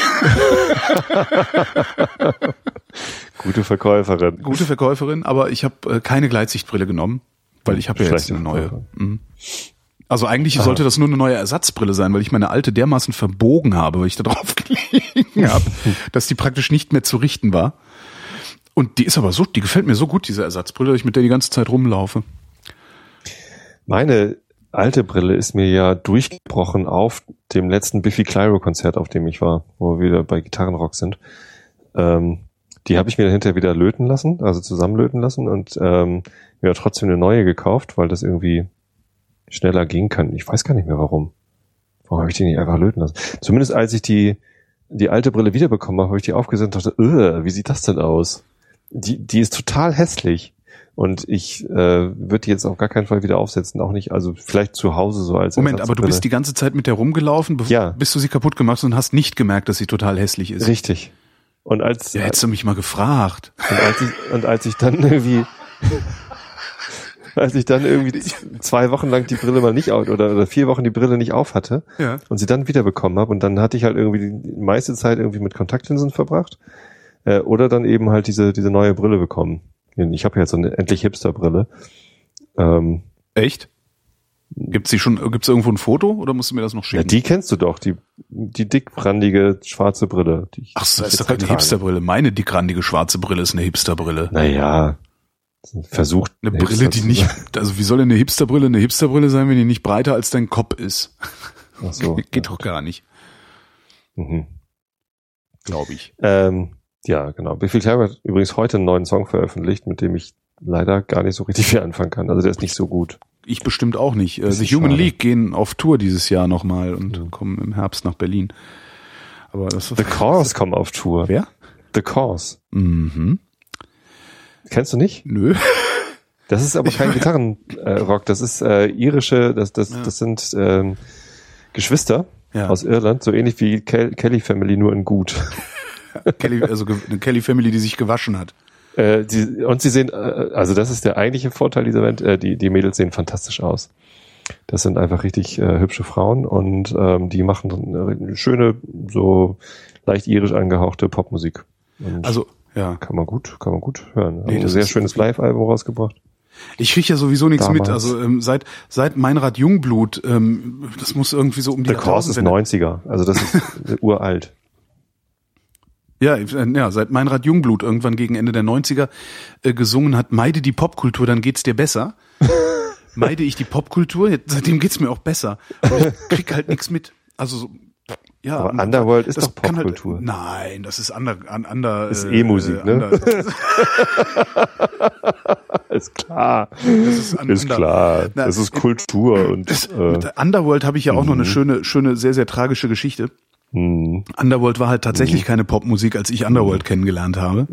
Gute Verkäuferin.
Gute Verkäuferin, aber ich habe keine Gleitsichtbrille genommen. Weil ich habe ja jetzt eine neue. Also eigentlich sollte das nur eine neue Ersatzbrille sein, weil ich meine alte dermaßen verbogen habe, weil ich da drauf gelegen habe, dass die praktisch nicht mehr zu richten war. Und die ist aber die gefällt mir so gut, diese Ersatzbrille, dass ich mit der die ganze Zeit rumlaufe.
Meine alte Brille ist mir ja durchgebrochen auf dem letzten Biffy Clyro Konzert, auf dem ich war, wo wir wieder bei Gitarrenrock sind. Die habe ich mir dann hinterher wieder löten lassen, also zusammenlöten lassen und mir trotzdem eine neue gekauft, weil das irgendwie schneller gehen kann. Ich weiß gar nicht mehr warum. Warum habe ich die nicht einfach löten lassen? Zumindest als ich die alte Brille wiederbekommen habe ich die aufgesetzt und dachte, wie sieht das denn aus? Die ist total hässlich. Und ich würde die jetzt auf gar keinen Fall wieder aufsetzen, auch nicht, also vielleicht zu Hause so als
Moment, aber du bist die ganze Zeit mit der rumgelaufen, bis du sie kaputt gemacht hast und hast nicht gemerkt, dass sie total hässlich ist.
Richtig. Und
hättest du mich mal gefragt.
Als ich dann irgendwie 2 Wochen lang die Brille mal nicht oder 4 Wochen die Brille nicht auf hatte und sie dann wieder bekommen habe und dann hatte ich halt irgendwie die meiste Zeit irgendwie mit Kontaktlinsen verbracht oder dann eben halt diese neue Brille bekommen. Ich habe jetzt so eine endlich Hipster-Brille.
Echt? Gibt's irgendwo ein Foto oder musst du mir das noch schicken?
Ja, die kennst du doch, die dickrandige schwarze Brille.
Ach, das ist doch keine Hipster-Brille. Meine dickrandige schwarze Brille ist eine Hipster-Brille.
Naja, versucht.
Eine Brille, die nicht, also wie soll denn eine Hipster-Brille sein, wenn die nicht breiter als dein Kopf ist?
Ach so.
Geht doch gar nicht. Glaube ich.
Ja, genau. Biffy Clyro hat übrigens heute einen neuen Song veröffentlicht, mit dem ich leider gar nicht so richtig viel anfangen kann. Also der ist nicht so gut.
Ich bestimmt auch nicht. The Human League gehen auf Tour dieses Jahr nochmal und kommen im Herbst nach Berlin. Aber
The Cause kommen auf Tour.
Wer?
The Cause. Kennst du nicht?
Nö.
Das ist aber kein Gitarrenrock. Das ist irische, das sind Geschwister aus Irland, so ähnlich wie Kelly Family, nur in gut.
Eine Kelly Family, die sich gewaschen hat.
Und sie sehen, also das ist der eigentliche Vorteil dieser Band, die Mädels sehen fantastisch aus. Das sind einfach richtig hübsche Frauen und die machen eine schöne, so leicht irisch angehauchte Popmusik. Und
also, ja.
Kann man gut hören. Nee, ein sehr schönes Live-Album rausgebracht.
Ich kriege ja sowieso nichts mit. Also seit Meinrad Jungblut, das muss irgendwie so um die
The Cause ist 90er, also das ist uralt.
Ja, seit Meinrad Jungblut irgendwann gegen Ende der 90er gesungen hat, meide die Popkultur, dann geht's dir besser. Meide ich die Popkultur, seitdem geht's mir auch besser. Aber ich krieg halt nichts mit. Also so, ja.
Aber Underworld ist doch Popkultur.
Halt, nein, das ist
ist E-Musik, ne? Ist klar. Ist klar. Das ist Kultur und
mit Underworld habe ich ja auch noch eine schöne, sehr, sehr tragische Geschichte. Underworld war halt tatsächlich keine Popmusik, als ich Underworld kennengelernt habe.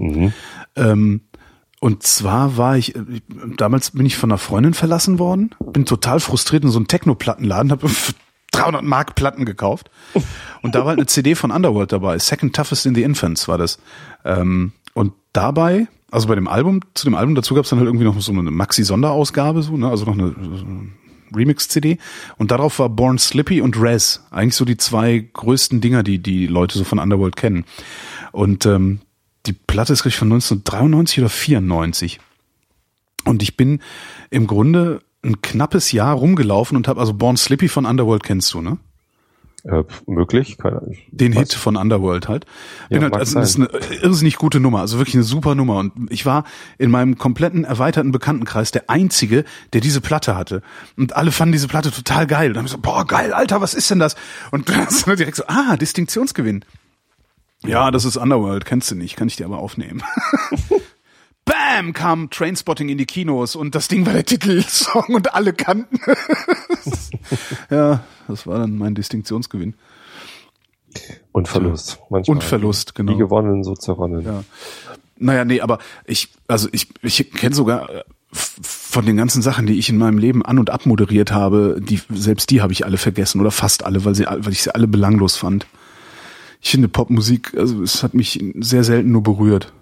Und zwar damals bin ich von einer Freundin verlassen worden, bin total frustriert in so einen Techno-Plattenladen, habe 300 Mark Platten gekauft und da war halt eine CD von Underworld dabei, Second Toughest in the Infants war das. Und dabei, also bei dem Album, zu dem Album dazu gab es dann halt irgendwie noch so eine Maxi-Sonderausgabe, so, ne, also noch eine Remix-CD und darauf war Born Slippy und Rez, eigentlich so die 2 größten Dinger, die Leute so von Underworld kennen. Und die Platte ist, glaube ich, von 1993 oder 94. Und ich bin im Grunde ein knappes Jahr rumgelaufen und habe, also Born Slippy von Underworld kennst du, ne?
Möglich, keine Ahnung.
Den Hit von Underworld halt. Das ist eine irrsinnig gute Nummer, also wirklich eine super Nummer. Und ich war in meinem kompletten erweiterten Bekanntenkreis der Einzige, der diese Platte hatte. Und alle fanden diese Platte total geil. Und dann haben so, boah, geil, Alter, was ist denn das? Und dann hast du direkt so, Distinktionsgewinn. Ja, das ist Underworld, kennst du nicht, kann ich dir aber aufnehmen. Bam, kam Trainspotting in die Kinos und das Ding war der Titelsong und alle kannten es. Ja, das war dann mein Distinktionsgewinn.
Und Verlust manchmal.
Und Verlust, genau.
Wie gewonnen, so zerronnen.
Ja. Naja, nee, aber ich kenne sogar von den ganzen Sachen, die ich in meinem Leben an- und abmoderiert habe, selbst die habe ich alle vergessen oder fast alle, weil ich sie alle belanglos fand. Ich finde Popmusik, also es hat mich sehr selten nur berührt.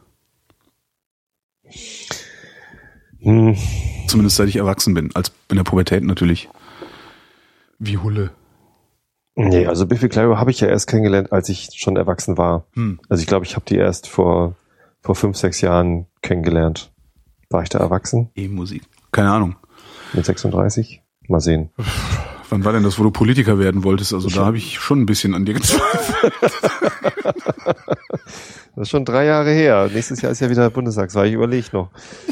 Zumindest seit ich erwachsen bin, als in der Pubertät natürlich. Wie Hulle.
Nee, also Biffy Clyro habe ich ja erst kennengelernt, als ich schon erwachsen war. Also ich glaube, ich habe die erst vor 5, 6 Jahren kennengelernt. War ich da erwachsen?
E-Musik. Keine Ahnung.
mit 36. Mal sehen.
Wann war denn das, wo du Politiker werden wolltest? Also da habe ich schon ein bisschen an dir gezweifelt.
Das ist schon 3 Jahre her. Nächstes Jahr ist ja wieder Bundestagswahl. Ich überlege noch.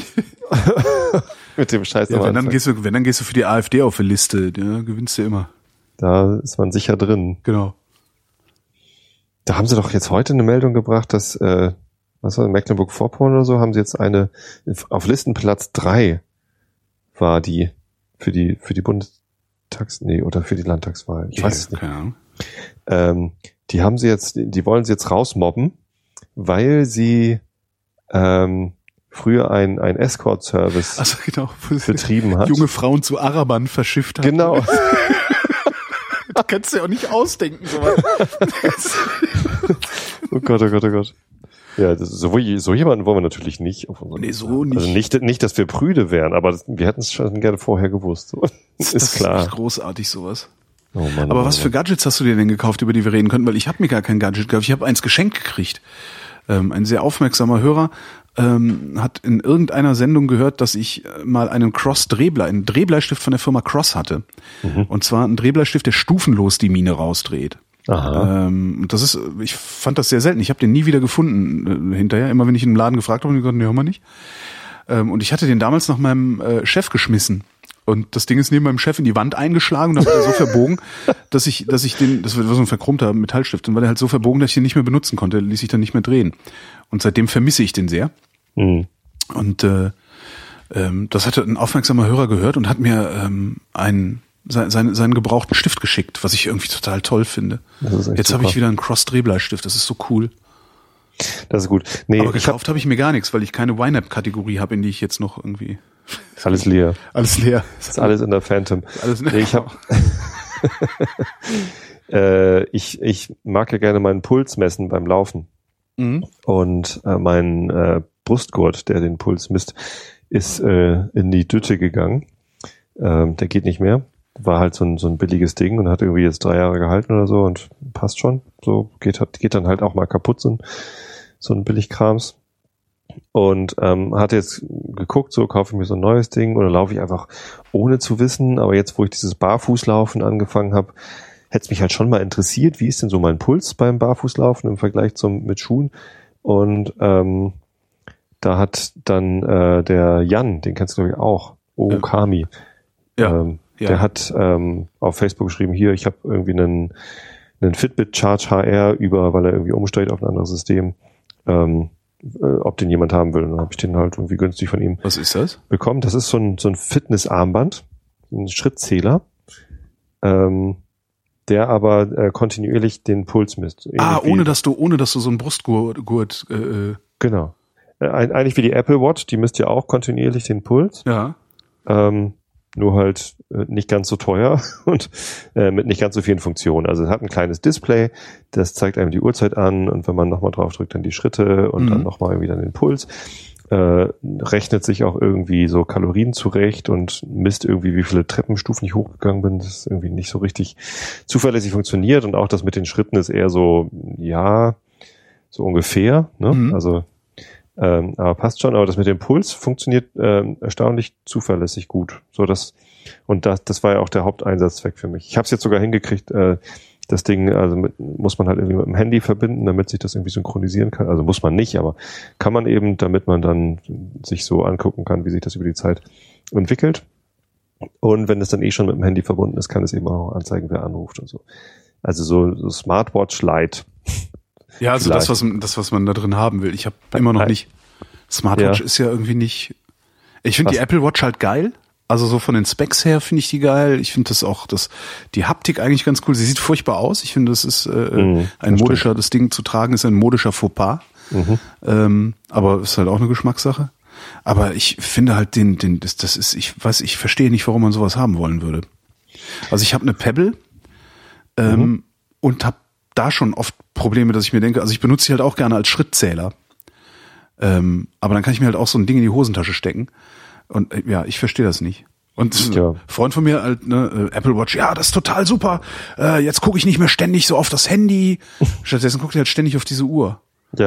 Mit dem Scheiß.
Ja, wenn dann gehst du für die AfD auf die Liste. Ja, gewinnst du immer.
Da ist man sicher drin.
Genau.
Da haben sie doch jetzt heute eine Meldung gebracht, dass, was war Mecklenburg-Vorpommern oder so, haben sie jetzt eine, auf Listenplatz 3 war die, für die oder für die Landtagswahl. Ich weiß es nicht.
Keine Ahnung.
Die wollen sie jetzt rausmobben, weil sie, früher ein Escort-Service betrieben hat.
Junge Frauen zu Arabern verschifft hat.
Genau.
Das kannst du ja auch nicht ausdenken, sowas.
Oh Gott, oh Gott, oh Gott. Ja, so jemanden wollen wir natürlich nicht.
Nee, so nicht.
Also nicht, dass wir prüde wären, aber wir hätten es schon gerne vorher gewusst. So. Ist klar.
Das ist großartig, sowas.
Oh Mann,
aber was für Gadgets hast du dir denn gekauft, über die wir reden könnten? Weil ich habe mir gar kein Gadget gekauft. Ich habe eins geschenkt gekriegt. Ein sehr aufmerksamer Hörer hat in irgendeiner Sendung gehört, dass ich mal einen Drehbleistift von der Firma Cross hatte. Mhm. Und zwar einen Drehbleistift, der stufenlos die Mine rausdreht.
Aha.
Ich fand das sehr selten. Ich habe den nie wieder gefunden hinterher. Immer wenn ich in den Laden gefragt habe, haben die gesagt, nee, haben wir nicht. Und ich hatte den damals noch meinem Chef geschmissen. Und das Ding ist neben meinem Chef in die Wand eingeschlagen und dann war er so verbogen, dass ich den, das war so ein verchromter Metallstift, und war der halt so verbogen, dass ich den nicht mehr benutzen konnte, ließ sich dann nicht mehr drehen. Und seitdem vermisse ich den sehr. Mhm. Und das hatte ein aufmerksamer Hörer gehört und hat mir seinen gebrauchten Stift geschickt, was ich irgendwie total toll finde. Jetzt habe ich wieder einen Cross-Drehbleistift, das ist so cool.
Das ist gut. Nee,
aber gekauft habe ich mir gar nichts, weil ich keine YNAB-Kategorie habe, in die ich jetzt noch irgendwie...
Ist alles leer.
Alles leer.
Ist alles in der Phantom.
Alles
nee, ich habe ich mag ja gerne meinen Puls messen beim Laufen. Mhm. Und mein Brustgurt, der den Puls misst, ist in die Dütte gegangen. Der geht nicht mehr. War halt so ein billiges Ding und hat irgendwie jetzt 3 Jahre gehalten oder so und passt schon. So geht dann halt auch mal kaputt, so ein Billigkrams. Und hatte jetzt geguckt, so kaufe ich mir so ein neues Ding oder laufe ich einfach ohne zu wissen. Aber jetzt, wo ich dieses Barfußlaufen angefangen habe, hätte es mich halt schon mal interessiert, wie ist denn so mein Puls beim Barfußlaufen im Vergleich mit Schuhen. Und da hat dann der Jan, den kennst du glaube ich auch, Okami, der hat auf Facebook geschrieben, hier, ich habe irgendwie einen Fitbit Charge HR weil er irgendwie umsteigt auf ein anderes System, ob den jemand haben will. Und dann habe ich den halt irgendwie günstig von ihm bekommen. Das ist so ein Fitnessarmband, ein Schrittzähler, der aber kontinuierlich den Puls misst.
Ohne dass du so einen Brustgurt
genau. Eigentlich wie die Apple Watch, die misst ja auch kontinuierlich den Puls.
Ja.
Nur halt nicht ganz so teuer und mit nicht ganz so vielen Funktionen. Also es hat ein kleines Display, das zeigt einem die Uhrzeit an und wenn man nochmal drauf drückt, dann die Schritte und dann nochmal wieder den Puls. Rechnet sich auch irgendwie so Kalorien zurecht und misst irgendwie, wie viele Treppenstufen ich hochgegangen bin. Das ist irgendwie nicht so richtig zuverlässig funktioniert und auch das mit den Schritten ist eher so, ja, so ungefähr, ne? Mhm. Also aber passt schon, aber das mit dem Puls funktioniert erstaunlich zuverlässig gut. Das war ja auch der Haupteinsatzzweck für mich. Ich habe es jetzt sogar hingekriegt, das Ding, also muss man halt irgendwie mit dem Handy verbinden, damit sich das irgendwie synchronisieren kann. Also muss man nicht, aber kann man eben, damit man dann sich so angucken kann, wie sich das über die Zeit entwickelt. Und wenn es dann schon mit dem Handy verbunden ist, kann es eben auch anzeigen, wer anruft und so. Also so Smartwatch Lite.
Ja, also das, was man da drin haben will. Ich habe immer noch nicht. Smartwatch ist ja irgendwie nicht. Ich finde die Apple Watch halt geil. Also so von den Specs her finde ich die geil. Ich finde das auch, die Haptik eigentlich ganz cool. Sie sieht furchtbar aus. Ich finde, das ist das Ding zu tragen ist ein modischer Fauxpas. Mhm. Aber ist halt auch eine Geschmackssache. Aber ich finde halt ich verstehe nicht, warum man sowas haben wollen würde. Also ich habe eine Pebble und habe da schon oft Probleme, dass ich mir denke, also ich benutze sie halt auch gerne als Schrittzähler. Aber dann kann ich mir halt auch so ein Ding in die Hosentasche stecken. Und ja, ich verstehe das nicht. Und ein Freund von mir halt, Apple Watch, ja, das ist total super. Jetzt gucke ich nicht mehr ständig so auf das Handy. Stattdessen guckt er halt ständig auf diese Uhr.
Ja.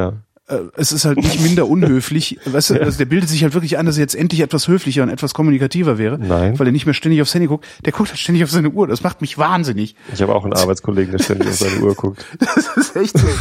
es ist halt nicht minder unhöflich. Weißt du, also der bildet sich halt wirklich ein, dass er jetzt endlich etwas höflicher und etwas kommunikativer wäre.
Nein.
Weil er nicht mehr ständig aufs Handy guckt. Der guckt halt ständig auf seine Uhr. Das macht mich wahnsinnig.
Ich habe auch einen Arbeitskollegen, der ständig auf seine Uhr guckt.
Das ist echt so.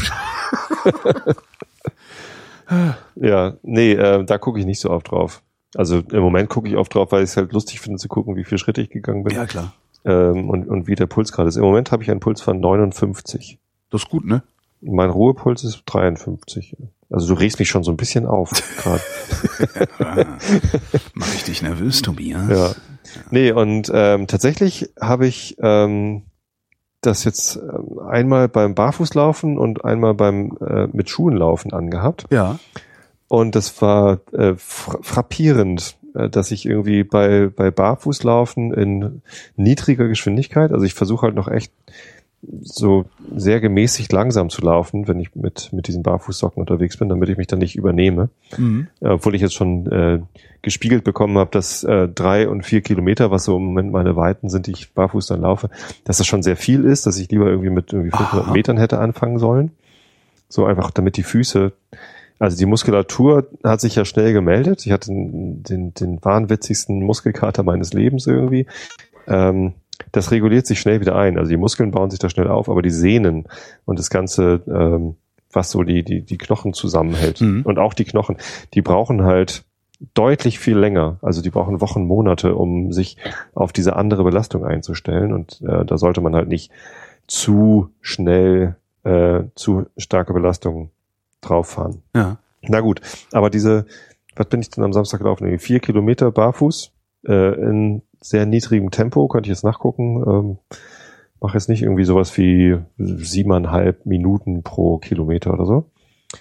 Ja, nee, da gucke ich nicht so oft drauf. Also im Moment gucke ich oft drauf, weil ich es halt lustig finde zu gucken, wie viele Schritte ich gegangen bin.
Ja, klar.
Und wie der Puls gerade ist. Im Moment habe ich einen Puls von 59.
Das ist gut, ne?
Mein Ruhepuls ist 53. Also du regst mich schon so ein bisschen auf gerade.
Mach ich dich nervös, Tobias?
Ja. Nee, und tatsächlich habe ich das jetzt einmal beim Barfußlaufen und einmal beim mit Schuhen laufen angehabt.
Ja.
Und das war frappierend, dass ich irgendwie bei Barfußlaufen in niedriger Geschwindigkeit, also ich versuche halt noch echt so sehr gemäßigt langsam zu laufen, wenn ich mit diesen Barfußsocken unterwegs bin, damit ich mich dann nicht übernehme. Mhm. Obwohl ich jetzt schon gespiegelt bekommen habe, dass 3 und 4 Kilometer, was so im Moment meine Weiten sind, die ich barfuß dann laufe, dass das schon sehr viel ist, dass ich lieber irgendwie mit irgendwie 500 Metern hätte anfangen sollen. So einfach, damit die Füße, also die Muskulatur hat sich ja schnell gemeldet. Ich hatte den wahnwitzigsten Muskelkater meines Lebens irgendwie. Das reguliert sich schnell wieder ein. Also die Muskeln bauen sich da schnell auf, aber die Sehnen und das Ganze, was so die Knochen zusammenhält und auch die Knochen, die brauchen halt deutlich viel länger. Also die brauchen Wochen, Monate, um sich auf diese andere Belastung einzustellen. Und da sollte man halt nicht zu schnell zu starke Belastungen drauf fahren.
Ja.
Na gut, aber was bin ich denn am Samstag gelaufen? 4 Kilometer barfuß in sehr niedrigem Tempo, könnte ich jetzt nachgucken. Mache jetzt nicht irgendwie sowas wie 7,5 Minuten pro Kilometer oder so.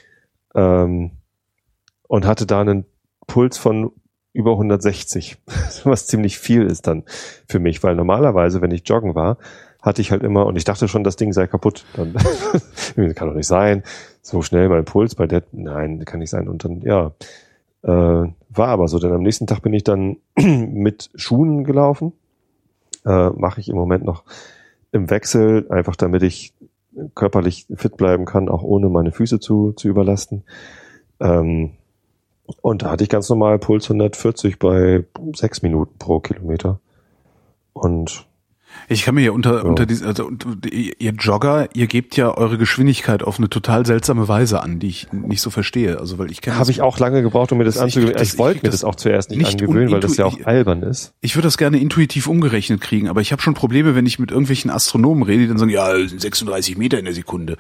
Und hatte da einen Puls von über 160, was ziemlich viel ist dann für mich, weil normalerweise, wenn ich joggen war, hatte ich halt immer, und ich dachte schon, das Ding sei kaputt. Dann kann doch nicht sein. So schnell mein Puls nein, kann nicht sein. Und dann, ja, war aber so, denn am nächsten Tag bin ich dann mit Schuhen gelaufen. Mache ich im Moment noch im Wechsel, einfach damit ich körperlich fit bleiben kann, auch ohne meine Füße zu überlasten. Und da hatte ich ganz normal Puls 140 bei 6 Minuten pro Kilometer. Und
ich kann mir ja unter diesen, also ihr Jogger, ihr gebt ja eure Geschwindigkeit auf eine total seltsame Weise an, die ich nicht so verstehe. Also weil ich kenne
habe ich auch lange gebraucht, um mir das anzugewöhnen. Ich wollte mir das auch zuerst nicht angewöhnen, weil das ja auch albern ist.
Ich würde das gerne intuitiv umgerechnet kriegen, aber ich habe schon Probleme, wenn ich mit irgendwelchen Astronomen rede, die dann sagen, ja, 36 Meter in der Sekunde.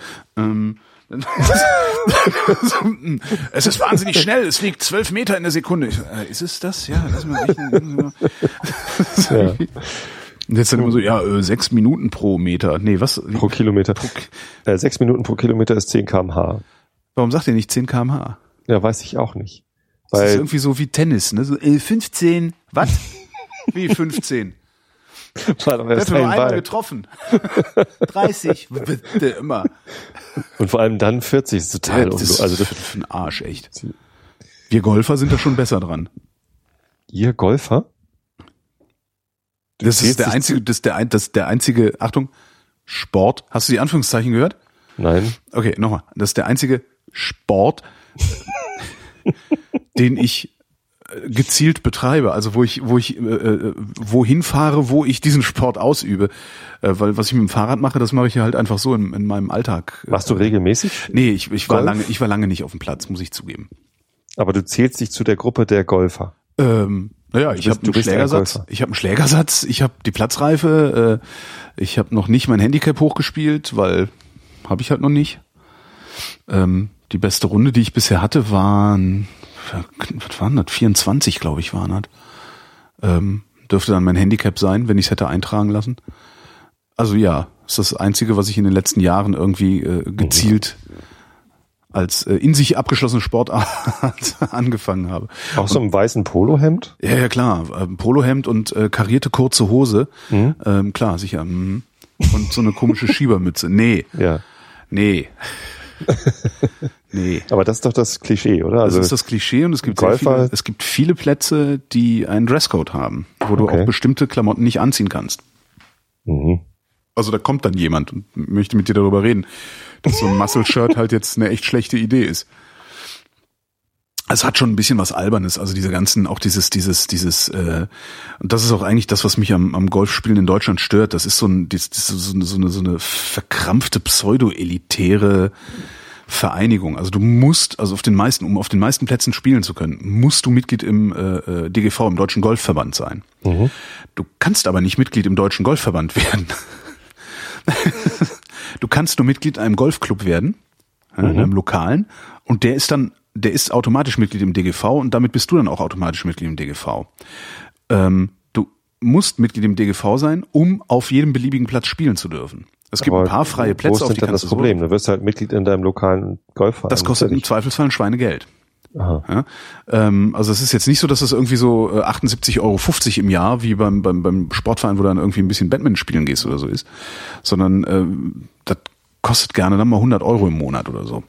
Es ist wahnsinnig schnell, es liegt 12 Meter in der Sekunde. Ist es das? Ja, lass mal rechnen. Ja. Und jetzt dann immer so, 6 Minuten pro Meter. Nee, was?
Pro Kilometer. 6 Minuten pro Kilometer ist 10 km/h.
Warum sagt ihr nicht 10 km/h?
Ja, weiß ich auch nicht.
Das ist irgendwie so wie Tennis, ne? So 15, was? Wie 15?
War doch erst
nur einmal getroffen. 30, bitte immer.
Und vor allem dann 40, ist total
das ist für ein Arsch, echt. Wir Golfer sind da schon besser dran.
Ihr Golfer?
Das ist der einzige, Achtung, Sport. Hast du die Anführungszeichen gehört?
Nein.
Okay, nochmal. Das ist der einzige Sport, den ich gezielt betreibe, also wo ich wohin fahre, wo ich diesen Sport ausübe, weil was ich mit dem Fahrrad mache, das mache ich ja halt einfach so in meinem Alltag.
Machst du regelmäßig?
Nee, ich war lange nicht auf dem Platz, muss ich zugeben.
Aber du zählst dich zu der Gruppe der Golfer.
Naja, ich habe einen Schlägersatz, ich habe die Platzreife, ich habe noch nicht mein Handicap hochgespielt, weil habe ich halt noch nicht. Die beste Runde, die ich bisher hatte, waren, was waren das? 24, glaube ich, waren das. Dürfte dann mein Handicap sein, wenn ich es hätte eintragen lassen. Also ja, ist das Einzige, was ich in den letzten Jahren irgendwie gezielt als in sich abgeschlossene Sportart angefangen habe.
Auch so im weißen Polohemd?
Ja, klar. Polohemd und karierte kurze Hose. Klar, sicher. Und so eine komische Schiebermütze. Nee.
Ja.
Nee.
Aber das ist doch das Klischee, oder?
Also das ist das Klischee und es gibt viele Plätze, die einen Dresscode haben, wo du auch bestimmte Klamotten nicht anziehen kannst.
Mhm.
Also da kommt dann jemand und möchte mit dir darüber reden, dass so ein Muscle-Shirt halt jetzt eine echt schlechte Idee ist. Es hat schon ein bisschen was Albernes, also diese ganzen, auch dieses, und das ist auch eigentlich das, was mich am Golfspielen in Deutschland stört. Das ist so eine verkrampfte pseudo-elitäre Vereinigung. Also du musst, um auf den meisten Plätzen spielen zu können, musst du Mitglied im DGV, im Deutschen Golfverband sein. Mhm. Du kannst aber nicht Mitglied im Deutschen Golfverband werden. Du kannst nur Mitglied in einem Golfclub werden, in einem lokalen, und der ist automatisch Mitglied im DGV und damit bist du dann auch automatisch Mitglied im DGV. Du musst Mitglied im DGV sein, um auf jedem beliebigen Platz spielen zu dürfen. Es gibt ein paar freie Plätze,
auf die kannst du. Das Problem, du wirst halt Mitglied in deinem lokalen Golfverein.
Das kostet im Zweifelsfall ein Schweinegeld. Ja, also es ist jetzt nicht so, dass es irgendwie so 78,50 € im Jahr wie beim Sportverein, wo du dann irgendwie ein bisschen Badminton spielen gehst oder so ist, sondern das kostet gerne dann mal 100 € im Monat oder so.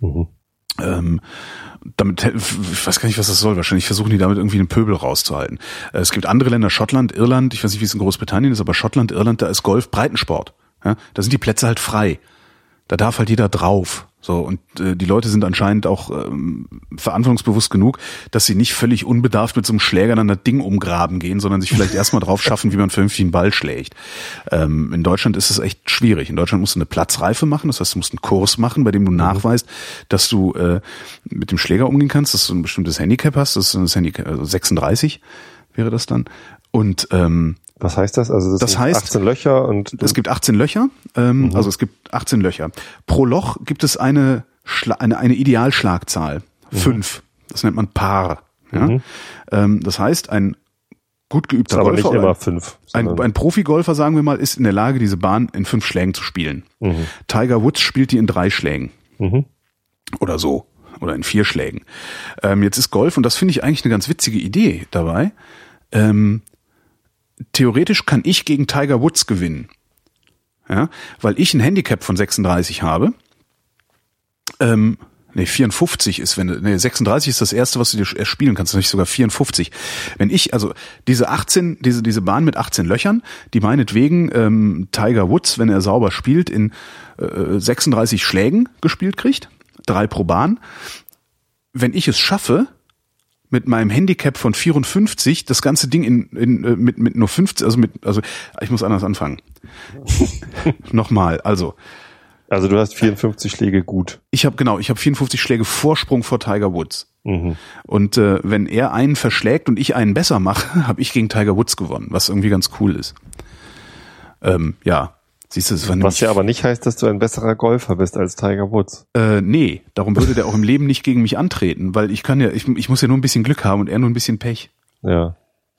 Damit, ich weiß gar nicht, was das soll. Wahrscheinlich versuchen die damit irgendwie einen Pöbel rauszuhalten. Es gibt andere Länder, Schottland, Irland, ich weiß nicht, wie es in Großbritannien ist, aber Schottland, Irland, da ist Golf Breitensport. Ja, da sind die Plätze halt frei. Da darf halt jeder drauf. So, und die Leute sind anscheinend auch verantwortungsbewusst genug, dass sie nicht völlig unbedarft mit so einem Schläger dann das Ding umgraben gehen, sondern sich vielleicht erstmal drauf schaffen, wie man vernünftig einen Ball schlägt. In Deutschland ist es echt schwierig. In Deutschland musst du eine Platzreife machen, das heißt, du musst einen Kurs machen, bei dem du nachweist, dass du mit dem Schläger umgehen kannst, dass du ein bestimmtes Handicap hast, das ist das Handicap, also 36 wäre das dann. Und
was heißt das? Also das heißt 18 Löcher und
es gibt 18 Löcher. Also es gibt 18 Löcher. Pro Loch gibt es eine Idealschlagzahl. 5. Das nennt man Paar. Ja? Das heißt, ein gut geübter
aber
Golfer,
nicht immer 5.
Ein Profigolfer, sagen wir mal, ist in der Lage, diese Bahn in 5 Schlägen zu spielen. Tiger Woods spielt die in 3 Schlägen. Oder so. Oder in 4 Schlägen. Jetzt ist Golf, und das finde ich eigentlich eine ganz witzige Idee dabei, theoretisch kann ich gegen Tiger Woods gewinnen. Ja, weil ich ein Handicap von 36 habe. 54 ist, 36 ist das erste, was du dir erspielen kannst, nicht sogar 54. Wenn ich, also diese Bahn mit 18 Löchern, die meinetwegen Tiger Woods, wenn er sauber spielt, in 36 Schlägen gespielt kriegt, 3 pro Bahn. Wenn ich es schaffe, mit meinem Handicap von 54 das ganze Ding mit nur 50, also ich muss anders anfangen. Nochmal, also
du hast 54 Schläge gut.
Ich habe 54 Schläge Vorsprung vor Tiger Woods. Und wenn er einen verschlägt und ich einen besser mache, habe ich gegen Tiger Woods gewonnen, was irgendwie ganz cool ist. Ja. Siehst du, das war
was ja aber nicht heißt, dass du ein besserer Golfer bist als Tiger Woods.
Nee, darum würde der auch im Leben nicht gegen mich antreten, weil ich muss ja nur ein bisschen Glück haben und er nur ein bisschen Pech.
Ja.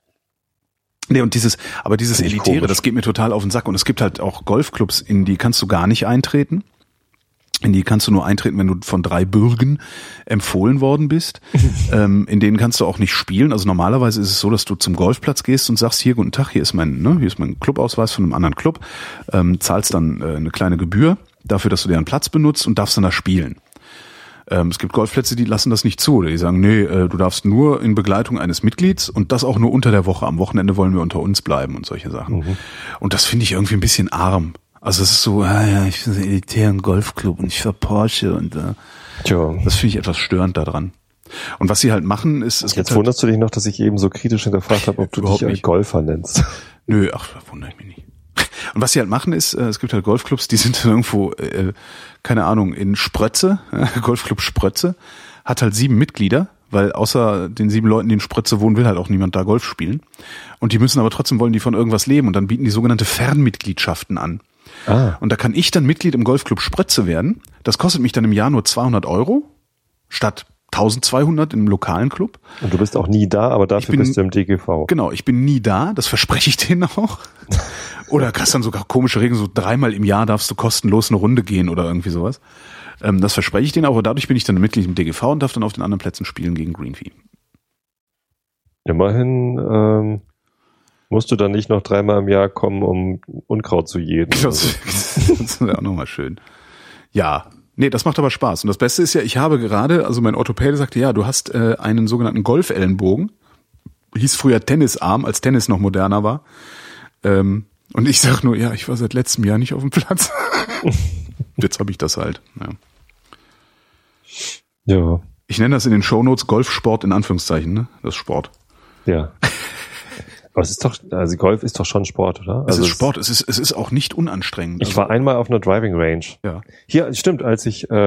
Nee, und dieses Elitäre, das geht mir total auf den Sack, und es gibt halt auch Golfclubs, in die kannst du gar nicht eintreten. In die kannst du nur eintreten, wenn du von 3 Bürgen empfohlen worden bist. In denen kannst du auch nicht spielen. Also normalerweise ist es so, dass du zum Golfplatz gehst und sagst, hier, guten Tag, hier ist mein Clubausweis von einem anderen Club, zahlst dann eine kleine Gebühr dafür, dass du deren Platz benutzt und darfst dann da spielen. Es gibt Golfplätze, die lassen das nicht zu. Oder die sagen, nee, du darfst nur in Begleitung eines Mitglieds und das auch nur unter der Woche. Am Wochenende wollen wir unter uns bleiben und solche Sachen. Und das finde ich irgendwie ein bisschen arm. Also es ist so, ich bin so ein elitären Golfclub und ich fahr Porsche und das finde ich etwas störend daran. Und was sie halt machen ist...
Jetzt wunderst du dich noch, dass ich eben so kritisch hinterfragt habe, ob du dich als Golfer nennst.
Nö, da wundere ich mich nicht. Und was sie halt machen ist, es gibt halt Golfclubs, die sind irgendwo, keine Ahnung, in Sprötze, Golfclub Sprötze, hat halt 7 Mitglieder, weil außer den 7 Leuten, die in Sprötze wohnen, will halt auch niemand da Golf spielen. Und die müssen aber trotzdem, wollen die von irgendwas leben, und dann bieten die sogenannte Fernmitgliedschaften an. Und da kann ich dann Mitglied im Golfclub Sprötze werden. Das kostet mich dann im Jahr nur 200 € statt 1200 im lokalen Club.
Und du bist auch nie da, aber dafür bist du im DGV.
Genau, ich bin nie da, das verspreche ich denen auch. Oder hast dann sogar komische Regeln, so 3-mal im Jahr darfst du kostenlos eine Runde gehen oder irgendwie sowas. Das verspreche ich denen auch, und dadurch bin ich dann Mitglied im DGV und darf dann auf den anderen Plätzen spielen gegen Greenfee.
Immerhin musst du dann nicht noch 3-mal im Jahr kommen, um Unkraut zu jäten.
Das wäre auch nochmal schön. Ja, nee, das macht aber Spaß. Und das Beste ist ja, ich habe gerade, also mein Orthopäde sagte, ja, du hast einen sogenannten Golfellenbogen. Hieß früher Tennisarm, als Tennis noch moderner war. Und ich sag nur, ja, ich war seit letztem Jahr nicht auf dem Platz. Jetzt habe ich das halt. Ja. Ich nenne das in den Shownotes Golfsport in Anführungszeichen, ne? Das ist Sport.
Ja. Aber es ist doch, also Golf ist doch schon Sport, oder?
Es
also
ist Sport, es ist auch nicht unanstrengend.
Ich war einmal auf einer Driving Range.
Ja.
Hier, stimmt, als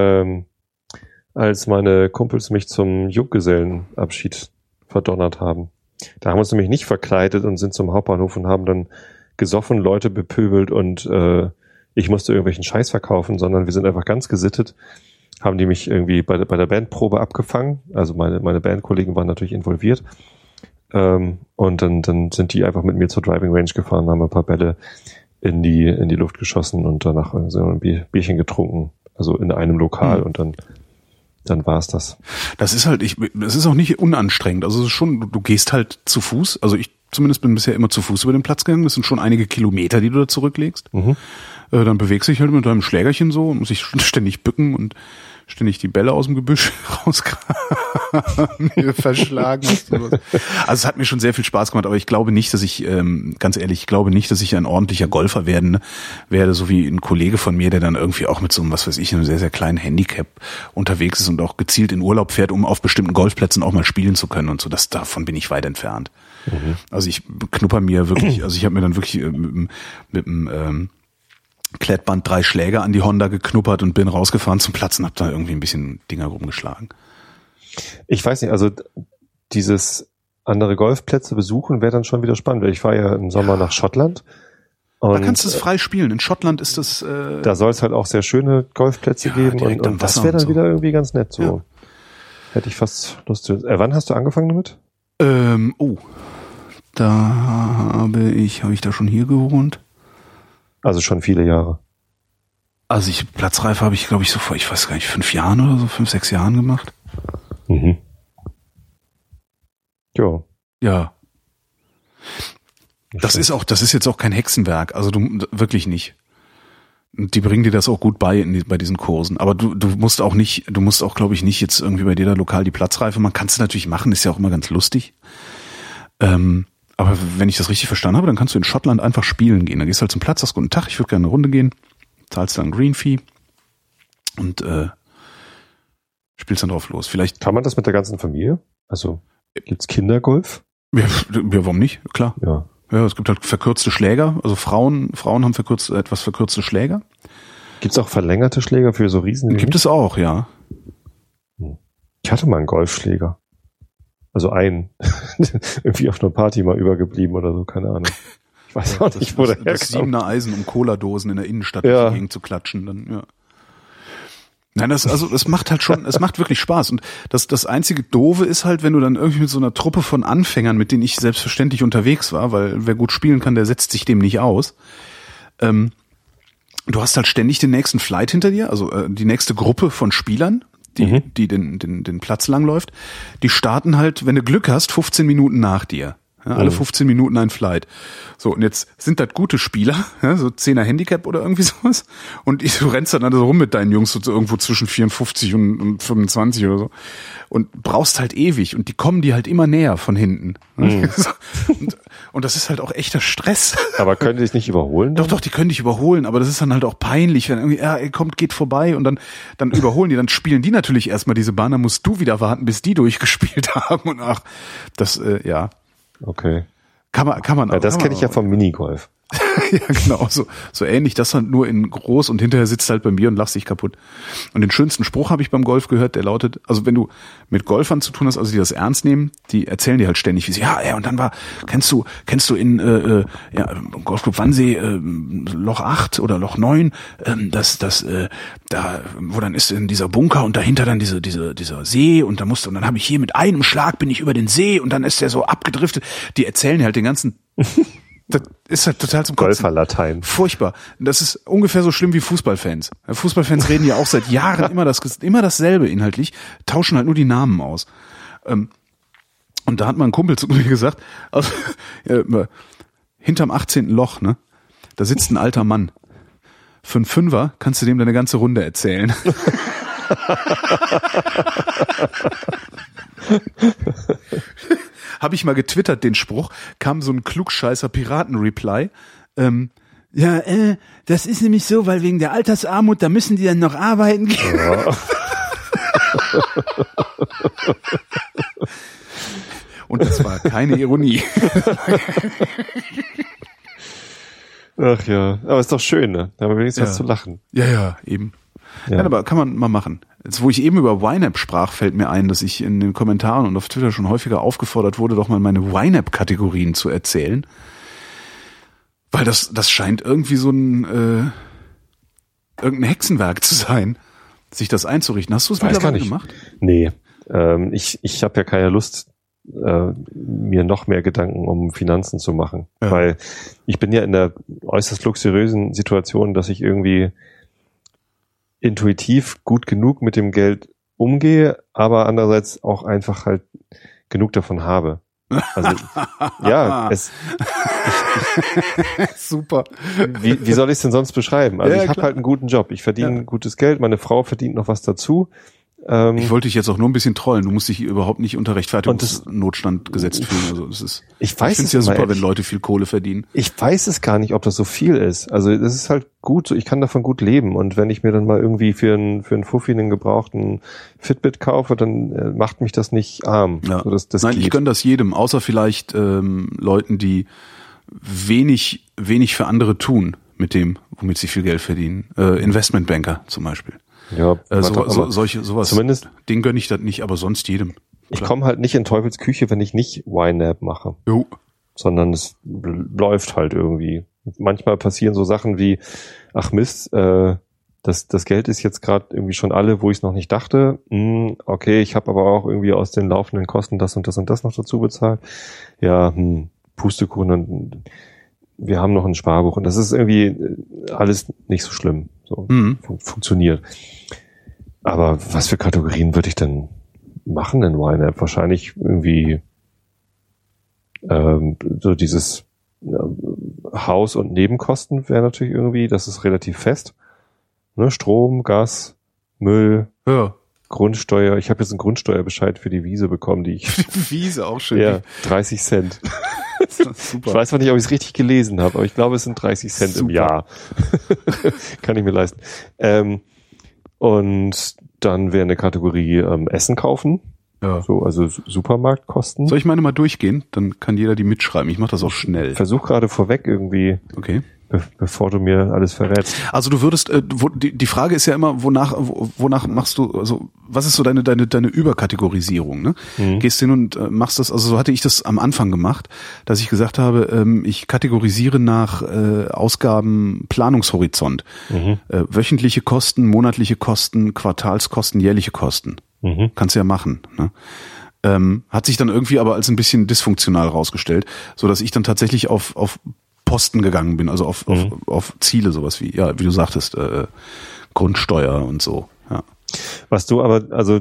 meine Kumpels mich zum Junggesellenabschied verdonnert haben. Da haben wir uns nämlich nicht verkleidet und sind zum Hauptbahnhof und haben dann gesoffen, Leute bepöbelt und ich musste irgendwelchen Scheiß verkaufen, sondern wir sind einfach ganz gesittet, haben die mich irgendwie bei der Bandprobe abgefangen. Also meine Bandkollegen waren natürlich involviert. Und dann sind die einfach mit mir zur Driving Range gefahren, haben ein paar Bälle in die Luft geschossen und danach so ein Bierchen getrunken. Also in einem Lokal und dann war es das.
Das ist halt, das ist auch nicht unanstrengend. Also es ist schon, du gehst halt zu Fuß. Also ich zumindest bin bisher immer zu Fuß über den Platz gegangen. Das sind schon einige Kilometer, die du da zurücklegst. Mhm. Dann bewegst du dich halt mit deinem Schlägerchen so und muss dich ständig bücken und ständig die Bälle aus dem Gebüsch rausgraben, verschlagen. Also es hat mir schon sehr viel Spaß gemacht, aber ich glaube nicht, dass ich, ganz ehrlich, ich glaube nicht, dass ich ein ordentlicher Golfer werde, so wie ein Kollege von mir, der dann irgendwie auch mit so einem, was weiß ich, einem sehr, sehr kleinen Handicap unterwegs ist und auch gezielt in Urlaub fährt, um auf bestimmten Golfplätzen auch mal spielen zu können und so. Davon bin ich weit entfernt. Mhm. Also ich knupper mir wirklich, also ich habe mir dann wirklich mit dem Klettband 3 Schläger an die Honda geknuppert und bin rausgefahren zum Platz und hab da irgendwie ein bisschen Dinger rumgeschlagen.
Ich weiß nicht, also dieses andere Golfplätze besuchen wäre dann schon wieder spannend, weil ich fahre ja im Sommer nach Schottland. Und
da kannst du es frei spielen. In Schottland ist das...
da soll es halt auch sehr schöne Golfplätze geben und das wäre dann so wieder irgendwie ganz nett. So ja. Hätte ich fast Lust zu... wann hast du angefangen damit?
Da habe ich da schon hier gewohnt?
Also schon viele Jahre.
Also Platzreife habe ich, glaube ich, so vor, ich weiß gar nicht, 5 Jahren oder so, 5, 6 Jahren gemacht.
Mhm. Jo.
Ja. Das ist jetzt auch kein Hexenwerk, also du wirklich nicht. Die bringen dir das auch gut bei bei diesen Kursen. Aber du musst auch, glaube ich, nicht jetzt irgendwie bei dir da lokal die Platzreife. Man kann es natürlich machen, ist ja auch immer ganz lustig. Aber wenn ich das richtig verstanden habe, dann kannst du in Schottland einfach spielen gehen. Dann gehst du halt zum Platz, sagst guten Tag, ich würde gerne eine Runde gehen, zahlst dann ein Green Fee und spielst dann drauf los. Vielleicht
kann man das mit der ganzen Familie? Also gibt's Kindergolf?
Ja, warum nicht? Klar.
Ja.
Ja, es gibt halt verkürzte Schläger. Also Frauen haben etwas verkürzte Schläger.
Gibt's auch verlängerte Schläger für so Riesen?
Gibt es auch, ja.
Ich hatte mal einen Golfschläger. Also einen. Irgendwie auf einer Party mal übergeblieben oder so, keine Ahnung. Ich weiß auch nicht, wo der herkam.
Das 7er Eisen, um Cola-Dosen in der Innenstadt dagegen zu klatschen, dann, ja. Nein, das macht halt schon, es macht wirklich Spaß. Und das einzige Doofe ist halt, wenn du dann irgendwie mit so einer Truppe von Anfängern, mit denen ich selbstverständlich unterwegs war, weil wer gut spielen kann, der setzt sich dem nicht aus. Du hast halt ständig den nächsten Flight hinter dir, also die nächste Gruppe von Spielern, die den Platz lang läuft. Die starten halt, wenn du Glück hast, 15 Minuten nach dir. Ja, alle 15 Minuten ein Flight. So, und jetzt sind das gute Spieler, ja, so 10er Handicap oder irgendwie sowas. Und du rennst dann also rum mit deinen Jungs so irgendwo zwischen 54 und 25 oder so. Und brauchst halt ewig. Und die kommen dir halt immer näher von hinten. Und das ist halt auch echter Stress.
Aber können die dich nicht überholen?
Doch, die können dich überholen. Aber das ist dann halt auch peinlich, wenn irgendwie, ihr kommt, geht vorbei und dann überholen die. Dann spielen die natürlich erstmal diese Bahn. Dann musst du wieder warten, bis die durchgespielt haben. Und ja.
Okay.
Kann man
ja, das kenne ich ja vom Minigolf.
Ja, genau, so ähnlich, das halt nur in groß und hinterher sitzt halt bei mir und lachst dich kaputt. Und den schönsten Spruch habe ich beim Golf gehört, der lautet, also wenn du mit Golfern zu tun hast, also die das ernst nehmen, die erzählen dir halt ständig, wie sie, und dann kennst du in Golfclub Wannsee Loch 8 oder Loch 9, da, wo dann ist in dieser Bunker und dahinter dann dieser See und dann habe ich hier mit einem Schlag bin ich über den See und dann ist der so abgedriftet. Die erzählen halt den ganzen das ist halt total zum Kotzen.
Golferlatein.
Furchtbar. Das ist ungefähr so schlimm wie Fußballfans. Fußballfans reden ja auch seit Jahren immer dasselbe inhaltlich, tauschen halt nur die Namen aus. Und da hat mal ein Kumpel zu mir gesagt, also, hinterm 18. Loch, ne, da sitzt ein alter Mann. Für einen Fünfer kannst du dem deine ganze Runde erzählen. Habe ich mal getwittert, den Spruch, kam so ein klugscheißer Piraten-Reply. Das ist nämlich so, weil wegen der Altersarmut, da müssen die dann noch arbeiten gehen. Ja. Und das war keine Ironie.
Ach ja, aber ist doch schön, ne? Da haben wir wenigstens was zu lachen.
Ja, eben. Ja, aber kann man mal machen. Jetzt, wo ich eben über YNAB sprach, fällt mir ein, dass ich in den Kommentaren und auf Twitter schon häufiger aufgefordert wurde, doch mal meine YNAB-Kategorien zu erzählen. Weil das scheint irgendwie so irgendein Hexenwerk zu sein, sich das einzurichten. Hast du es mittlerweile gemacht?
Nee. Ich habe ja keine Lust, mir noch mehr Gedanken um Finanzen zu machen. Ja. Weil ich bin ja in der äußerst luxuriösen Situation, dass ich irgendwie intuitiv gut genug mit dem Geld umgehe, aber andererseits auch einfach halt genug davon habe. Also ja,
super.
Wie soll ich es denn sonst beschreiben? Also ich habe halt einen guten Job, ich verdiene gutes Geld, meine Frau verdient noch was dazu.
Ich wollte dich jetzt auch nur ein bisschen trollen. Du musst dich überhaupt nicht unter Rechtfertigungsnotstand gesetzt fühlen. Also das ist, ich finde es ja super, wenn Leute viel Kohle verdienen.
Ich weiß es gar nicht, ob das so viel ist. Also das ist halt gut, ich kann davon gut leben. Und wenn ich mir dann mal irgendwie für einen Fuffi einen gebrauchten Fitbit kaufe, dann macht mich das nicht arm.
Ja. So, Nein, ich gönne das jedem, außer vielleicht Leuten, die wenig für andere tun mit dem, womit sie viel Geld verdienen. Investmentbanker zum Beispiel.
Ja,
sowas.
Zumindest
den gönne ich das nicht, aber sonst jedem.
Ich komme halt nicht in Teufels Küche, wenn ich nicht YNAB mache.
Jo.
Sondern es läuft halt irgendwie. Manchmal passieren so Sachen wie, ach Mist, das Geld ist jetzt gerade irgendwie schon alle, wo ich es noch nicht dachte. Okay, ich habe aber auch irgendwie aus den laufenden Kosten das und das und das noch dazu bezahlt. Ja, Pustekuchen und wir haben noch ein Sparbuch und das ist irgendwie alles nicht so schlimm. So funktioniert. Aber was für Kategorien würde ich denn machen in YNAB? Wahrscheinlich irgendwie so dieses Haus- und Nebenkosten wäre natürlich irgendwie, das ist relativ fest. Ne? Strom, Gas, Müll, Grundsteuer. Ich habe jetzt einen Grundsteuerbescheid für die Wiese bekommen, die ich...
Wiese, auch schön.
Ja, 30 Cent. Super. Ich weiß zwar nicht, ob ich es richtig gelesen habe, aber ich glaube, es sind 30 Cent im Jahr. Kann ich mir leisten. Und dann wäre eine Kategorie Essen kaufen. Ja. So, also Supermarktkosten.
Soll ich meine mal durchgehen? Dann kann jeder die mitschreiben. Ich mache das auch schnell.
Versuch gerade vorweg irgendwie.
Okay.
Bevor du mir alles verrätst.
Also du würdest, die Frage ist ja immer, wonach machst du, also was ist so deine Überkategorisierung, ne? Gehst hin und machst das, also so hatte ich das am Anfang gemacht, dass ich gesagt habe, ich kategorisiere nach Ausgabenplanungshorizont. Wöchentliche Kosten, monatliche Kosten, Quartalskosten, jährliche Kosten. Kannst du ja machen, ne? Hat sich dann irgendwie aber als ein bisschen dysfunktional rausgestellt, so dass ich dann tatsächlich auf Posten gegangen bin, also auf Ziele, sowas wie, ja, wie du sagtest, Grundsteuer und so, ja.
Was du aber, also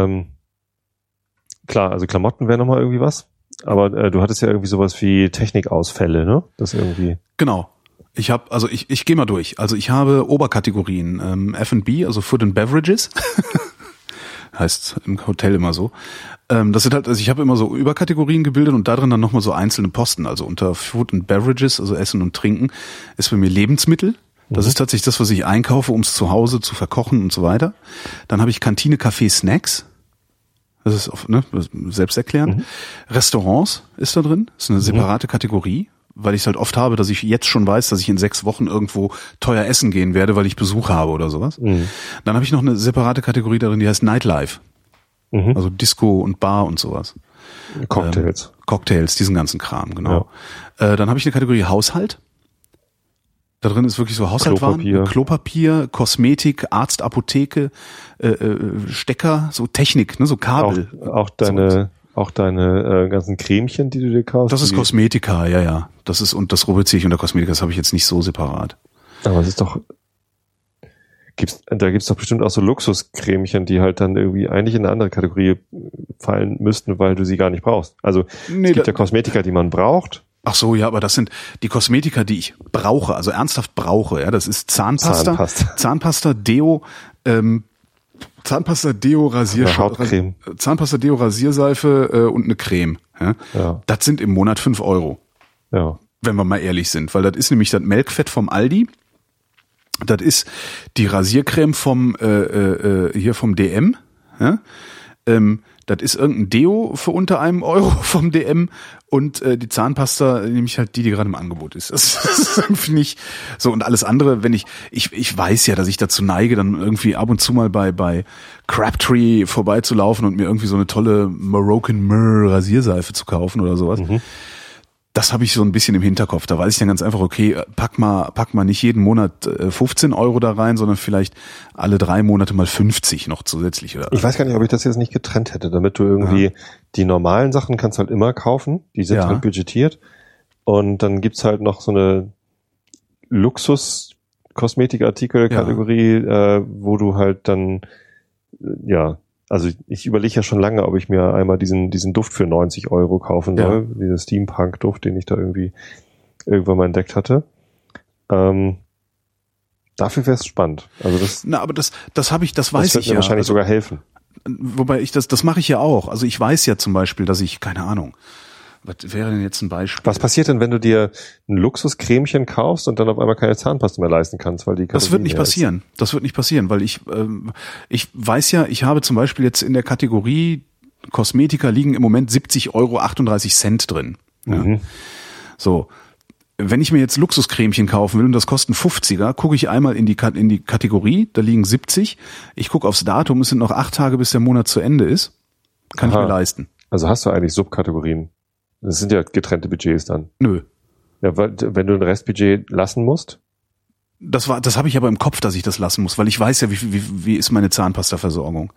klar, also Klamotten wäre nochmal irgendwie was, aber du hattest ja irgendwie sowas wie Technikausfälle, ne? Das irgendwie.
Genau. Ich gehe mal durch. Also ich habe Oberkategorien, F&B, also Food and Beverages. Heißt im Hotel immer so. Das sind halt, also ich habe immer so Überkategorien gebildet und da drin dann nochmal so einzelne Posten. Also unter Food and Beverages, also Essen und Trinken, ist bei mir Lebensmittel. Das ist tatsächlich das, was ich einkaufe, um es zu Hause zu verkochen und so weiter. Dann habe ich Kantine, Café, Snacks. Das ist selbsterklärend. Restaurants ist da drin. Das ist eine separate Kategorie, weil ich es halt oft habe, dass ich jetzt schon weiß, dass ich in 6 Wochen irgendwo teuer essen gehen werde, weil ich Besuch habe oder sowas. Dann habe ich noch eine separate Kategorie darin, die heißt Nightlife. Also Disco und Bar und sowas. Cocktails, diesen ganzen Kram, genau. Ja. Dann habe ich eine Kategorie Haushalt. Da drin ist wirklich so Haushaltswaren, Klopapier, Kosmetik, Arzt, Apotheke, Stecker, so Technik, ne, so Kabel.
Auch deine ganzen Cremchen, die du dir kaufst.
Das ist Kosmetika, ja. Das ist, und das rubriziere ich unter Kosmetika, das habe ich jetzt nicht so separat.
Aber es ist doch, da gibt's doch bestimmt auch so Luxuscremchen, die halt dann irgendwie eigentlich in eine andere Kategorie fallen müssten, weil du sie gar nicht brauchst. Also es gibt ja Kosmetika, die man braucht.
Ach so, ja, aber das sind die Kosmetika, die ich brauche, also ernsthaft brauche. Ja, das ist Zahnpasta, Deo,
Hautcreme.
Zahnpasta, Deo, Rasierseife und eine Creme. Ja? Das sind im Monat 5 €.
Ja.
Wenn wir mal ehrlich sind, weil das ist nämlich das Melkfett vom Aldi. Das ist die Rasiercreme vom DM, Ja? Das ist irgendein Deo für unter €1 vom DM und die Zahnpasta, nämlich halt die gerade im Angebot ist. Das finde ich so. Und alles andere, wenn ich weiß ja, dass ich dazu neige, dann irgendwie ab und zu mal bei Crabtree vorbeizulaufen und mir irgendwie so eine tolle Moroccan Myrrh Rasierseife zu kaufen oder sowas. Das habe ich so ein bisschen im Hinterkopf. Da weiß ich dann ganz einfach, okay, pack mal nicht jeden Monat 15 € da rein, sondern vielleicht alle 3 Monate mal 50 noch zusätzlich. Oder?
Ich weiß gar nicht, ob ich das jetzt nicht getrennt hätte, damit du irgendwie die normalen Sachen kannst halt immer kaufen. Die sind halt budgetiert. Und dann gibt's halt noch so eine Luxus-Kosmetikartikel-Kategorie, wo du halt dann, also ich überlege ja schon lange, ob ich mir einmal diesen Duft für 90 € kaufen soll, dieser Steampunk-Duft, den ich da irgendwann mal entdeckt hatte. Dafür wäre es spannend. Also das
weiß ich ja. Das wird
mir wahrscheinlich sogar helfen.
Wobei das mache ich ja auch. Also ich weiß ja zum Beispiel, dass ich, keine Ahnung, was wäre denn jetzt ein Beispiel?
Was passiert denn, wenn du dir ein Luxuscremchen kaufst und dann auf einmal keine Zahnpasta mehr leisten kannst, weil die
Das wird nicht passieren. Das wird nicht passieren, weil ich weiß ja, ich habe zum Beispiel jetzt in der Kategorie Kosmetika liegen im Moment 70,38 € drin. Ja. So. Wenn ich mir jetzt Luxuscremchen kaufen will und das kosten 50er, gucke ich einmal in die Kategorie, da liegen 70. Ich gucke aufs Datum, es sind noch 8 Tage, bis der Monat zu Ende ist. Kann ich mir leisten.
Also hast du eigentlich Subkategorien? Das sind ja getrennte Budgets dann.
Nö.
Ja, wenn du ein Restbudget lassen musst?
Das habe ich aber im Kopf, dass ich das lassen muss, weil ich weiß ja, wie ist meine Zahnpastaversorgung.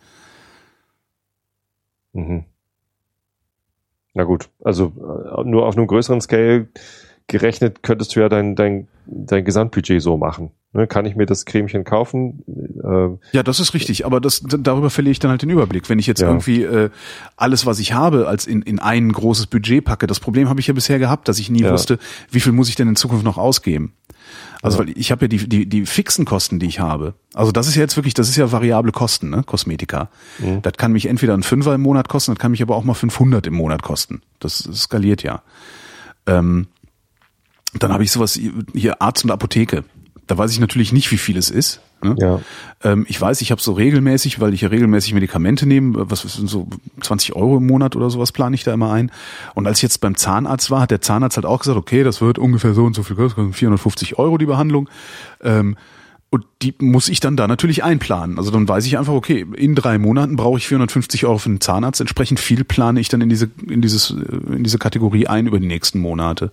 Na gut, also nur auf einem größeren Scale gerechnet könntest du ja dein Gesamtbudget so machen. Ne, kann ich mir das Cremchen kaufen?
Ja, das ist richtig, aber darüber verliere ich dann halt den Überblick. Wenn ich jetzt irgendwie alles, was ich habe, als in ein großes Budget packe, das Problem habe ich ja bisher gehabt, dass ich nie wusste, wie viel muss ich denn in Zukunft noch ausgeben. Also weil ich habe ja die fixen Kosten, die ich habe. Also das ist ja jetzt wirklich, das ist ja variable Kosten, ne, Kosmetika. Das kann mich entweder ein 5er im Monat kosten, das kann mich aber auch mal 500 im Monat kosten. Das skaliert ja. Dann habe ich sowas hier, Arzt und Apotheke. Da weiß ich natürlich nicht, wie viel es ist. Ne?
Ja.
Ich weiß, ich habe so regelmäßig, weil ich ja regelmäßig Medikamente nehme, was sind so 20 € im Monat oder sowas plane ich da immer ein. Und als ich jetzt beim Zahnarzt war, hat der Zahnarzt halt auch gesagt, okay, das wird ungefähr so und so viel kosten, 450 € die Behandlung. Und die muss ich dann da natürlich einplanen. Also dann weiß ich einfach, okay, in 3 Monaten brauche ich 450 € für den Zahnarzt. Entsprechend viel plane ich dann in diese Kategorie ein über die nächsten Monate.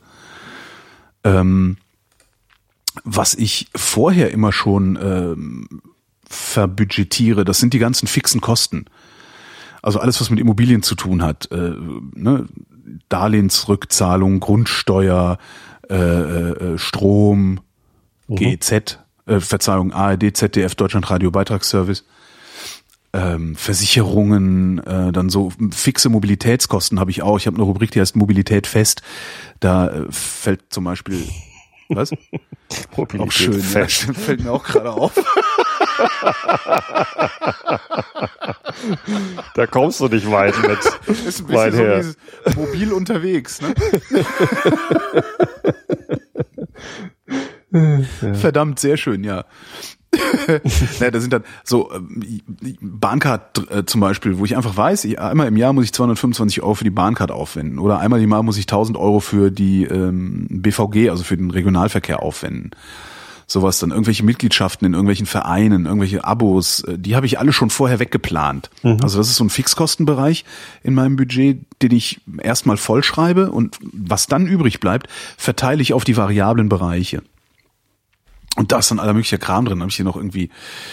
Was ich vorher immer schon verbudgetiere, das sind die ganzen fixen Kosten. Also alles, was mit Immobilien zu tun hat, ne? Darlehensrückzahlung, Grundsteuer, Strom, GEZ, ARD, ZDF, Deutschlandradio, Beitragsservice, Versicherungen, dann so fixe Mobilitätskosten habe ich auch. Ich habe eine Rubrik, die heißt Mobilität fest. Da fällt zum Beispiel was?
Mobilität
auch schön,
fest.
Ja, fällt mir auch gerade auf.
Da kommst du nicht weit mit.
Ist ein bisschen so dieses mobil unterwegs, ne? Verdammt, sehr schön, ja. Naja, da sind dann so Bahncard zum Beispiel, wo ich einfach weiß, einmal im Jahr muss ich 225 € für die Bahncard aufwenden oder einmal im Jahr muss ich 1.000 € für die BVG, also für den Regionalverkehr aufwenden. Sowas dann, irgendwelche Mitgliedschaften in irgendwelchen Vereinen, irgendwelche Abos, die habe ich alle schon vorher weggeplant. Also das ist so ein Fixkostenbereich in meinem Budget, den ich erstmal vollschreibe und was dann übrig bleibt, verteile ich auf die variablen Bereiche. Und da ist dann aller möglicher Kram drin. Da habe ich hier noch irgendwie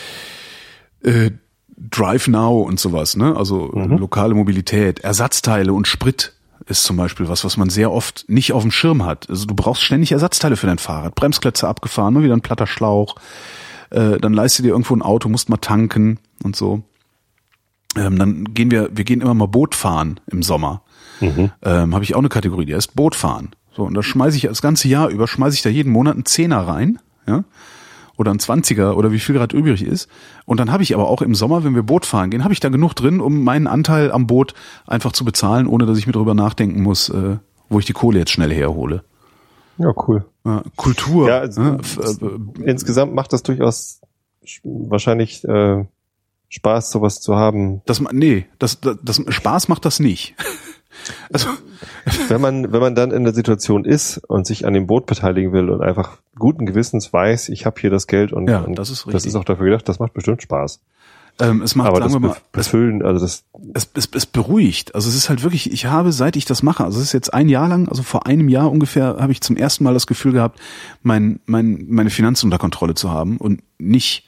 Drive Now und sowas, ne? Also lokale Mobilität, Ersatzteile und Sprit ist zum Beispiel was man sehr oft nicht auf dem Schirm hat. Also du brauchst ständig Ersatzteile für dein Fahrrad. Bremsklötze abgefahren, nur wieder ein platter Schlauch. Dann leist du dir irgendwo ein Auto, musst mal tanken und so. Dann gehen wir immer mal Boot fahren im Sommer. Habe ich auch eine Kategorie, die heißt Boot fahren. So, und da schmeiße ich das ganze Jahr über, da jeden Monat einen 10er rein. Ja, oder ein 20er oder wie viel gerade übrig ist. Und dann habe ich aber auch im Sommer, wenn wir Boot fahren gehen, habe ich da genug drin, um meinen Anteil am Boot einfach zu bezahlen, ohne dass ich mir darüber nachdenken muss, wo ich die Kohle jetzt schnell herhole.
Ja, cool.
Ja, Kultur.
Ja, insgesamt macht das durchaus wahrscheinlich Spaß, sowas zu haben.
Das Spaß macht das nicht. Also
wenn man dann in der Situation ist und sich an dem Boot beteiligen will und einfach guten Gewissens weiß, ich habe hier das Geld und
das ist richtig.
Das ist auch dafür gedacht, das macht bestimmt Spaß.
Es macht,
aber
sagen wir mal,
es
beruhigt. Also es ist halt wirklich, ich habe, seit ich das mache, also es ist jetzt ein Jahr lang, also vor einem Jahr ungefähr, habe ich zum ersten Mal das Gefühl gehabt, meine Finanzen unter Kontrolle zu haben und nicht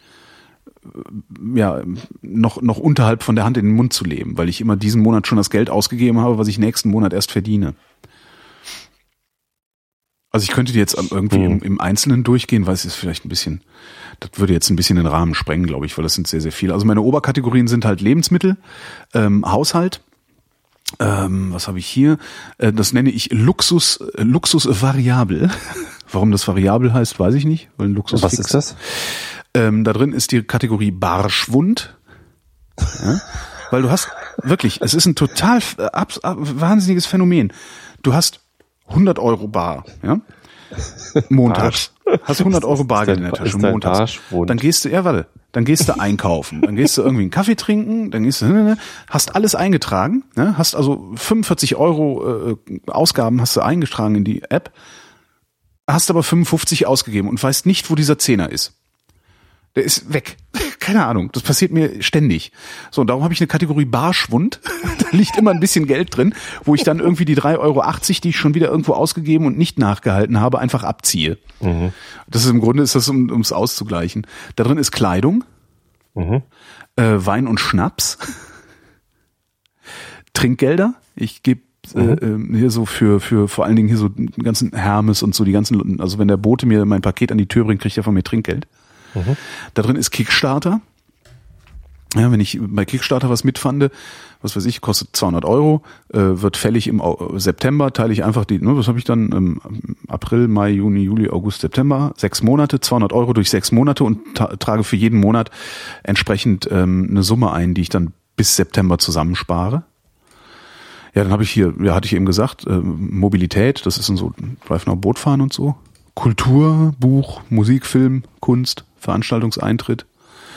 noch unterhalb von der Hand in den Mund zu leben, weil ich immer diesen Monat schon das Geld ausgegeben habe, was ich nächsten Monat erst verdiene. Also ich könnte die jetzt irgendwie im Einzelnen durchgehen, weil es ist vielleicht ein bisschen, das würde jetzt ein bisschen den Rahmen sprengen, glaube ich, weil das sind sehr, sehr viele. Also meine Oberkategorien sind halt Lebensmittel, Haushalt, was habe ich hier? Das nenne ich Luxus variabel. Warum das variabel heißt, weiß ich nicht. Weil Luxus
was ist das?
Da drin ist die Kategorie Barschwund. Ja? Weil du hast, wirklich, es ist ein total wahnsinniges Phänomen. Du hast 100 Euro bar, ja? Montags. Hast 100 Euro Bargeld in der Tasche, montags. Dann gehst du einkaufen, dann gehst du irgendwie einen Kaffee trinken, dann gehst du, hast alles eingetragen, ne? Hast also 45 Euro Ausgaben hast du eingetragen in die App, hast aber 55 ausgegeben und weißt nicht, wo dieser Zehner ist. Der ist weg. Keine Ahnung. Das passiert mir ständig. So, und darum habe ich eine Kategorie Barschwund. Da liegt immer ein bisschen Geld drin, wo ich dann irgendwie die 3,80 Euro, die ich schon wieder irgendwo ausgegeben und nicht nachgehalten habe, einfach abziehe. Mhm. Das ist im Grunde, ist das, um es auszugleichen. Da drin ist Kleidung, Wein und Schnaps, Trinkgelder. Ich gebe hier so für vor allen Dingen hier so den ganzen Hermes und so die ganzen, also wenn der Bote mir mein Paket an die Tür bringt, kriegt er von mir Trinkgeld. Da drin ist Kickstarter. Ja, wenn ich bei Kickstarter was mitfande, was weiß ich, kostet 200 Euro, wird fällig im September, teile ich einfach was habe ich dann, April, Mai, Juni, Juli, August, September, 6 Monate, 200 Euro durch 6 Monate und trage für jeden Monat entsprechend eine Summe ein, die ich dann bis September zusammenspare. Ja, dann habe ich hier, hatte ich eben gesagt, Mobilität, das ist so Drive Now Boot fahren und so. Kultur, Buch, Musik, Film, Kunst, Veranstaltungseintritt,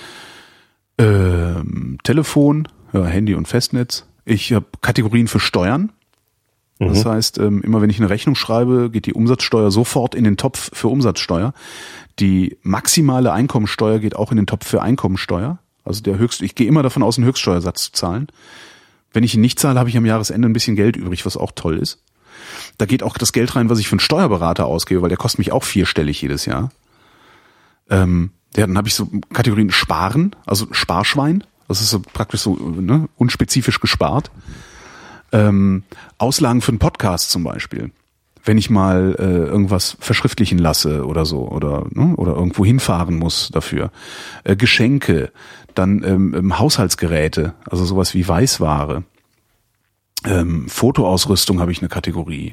Telefon, Handy und Festnetz. Ich habe Kategorien für Steuern. Das heißt, immer wenn ich eine Rechnung schreibe, geht die Umsatzsteuer sofort in den Topf für Umsatzsteuer. Die maximale Einkommensteuer geht auch in den Topf für Einkommensteuer. Also ich gehe immer davon aus, einen Höchststeuersatz zu zahlen. Wenn ich ihn nicht zahle, habe ich am Jahresende ein bisschen Geld übrig, was auch toll ist. Da geht auch das Geld rein, was ich für einen Steuerberater ausgebe, weil der kostet mich auch 4-stellig jedes Jahr. Dann habe ich so Kategorien Sparen, also Sparschwein. Das ist so praktisch so unspezifisch gespart. Auslagen für einen Podcast zum Beispiel. Wenn ich mal irgendwas verschriftlichen lasse oder so oder irgendwo hinfahren muss dafür. Geschenke, dann Haushaltsgeräte, also sowas wie Weißware. Fotoausrüstung habe ich eine Kategorie.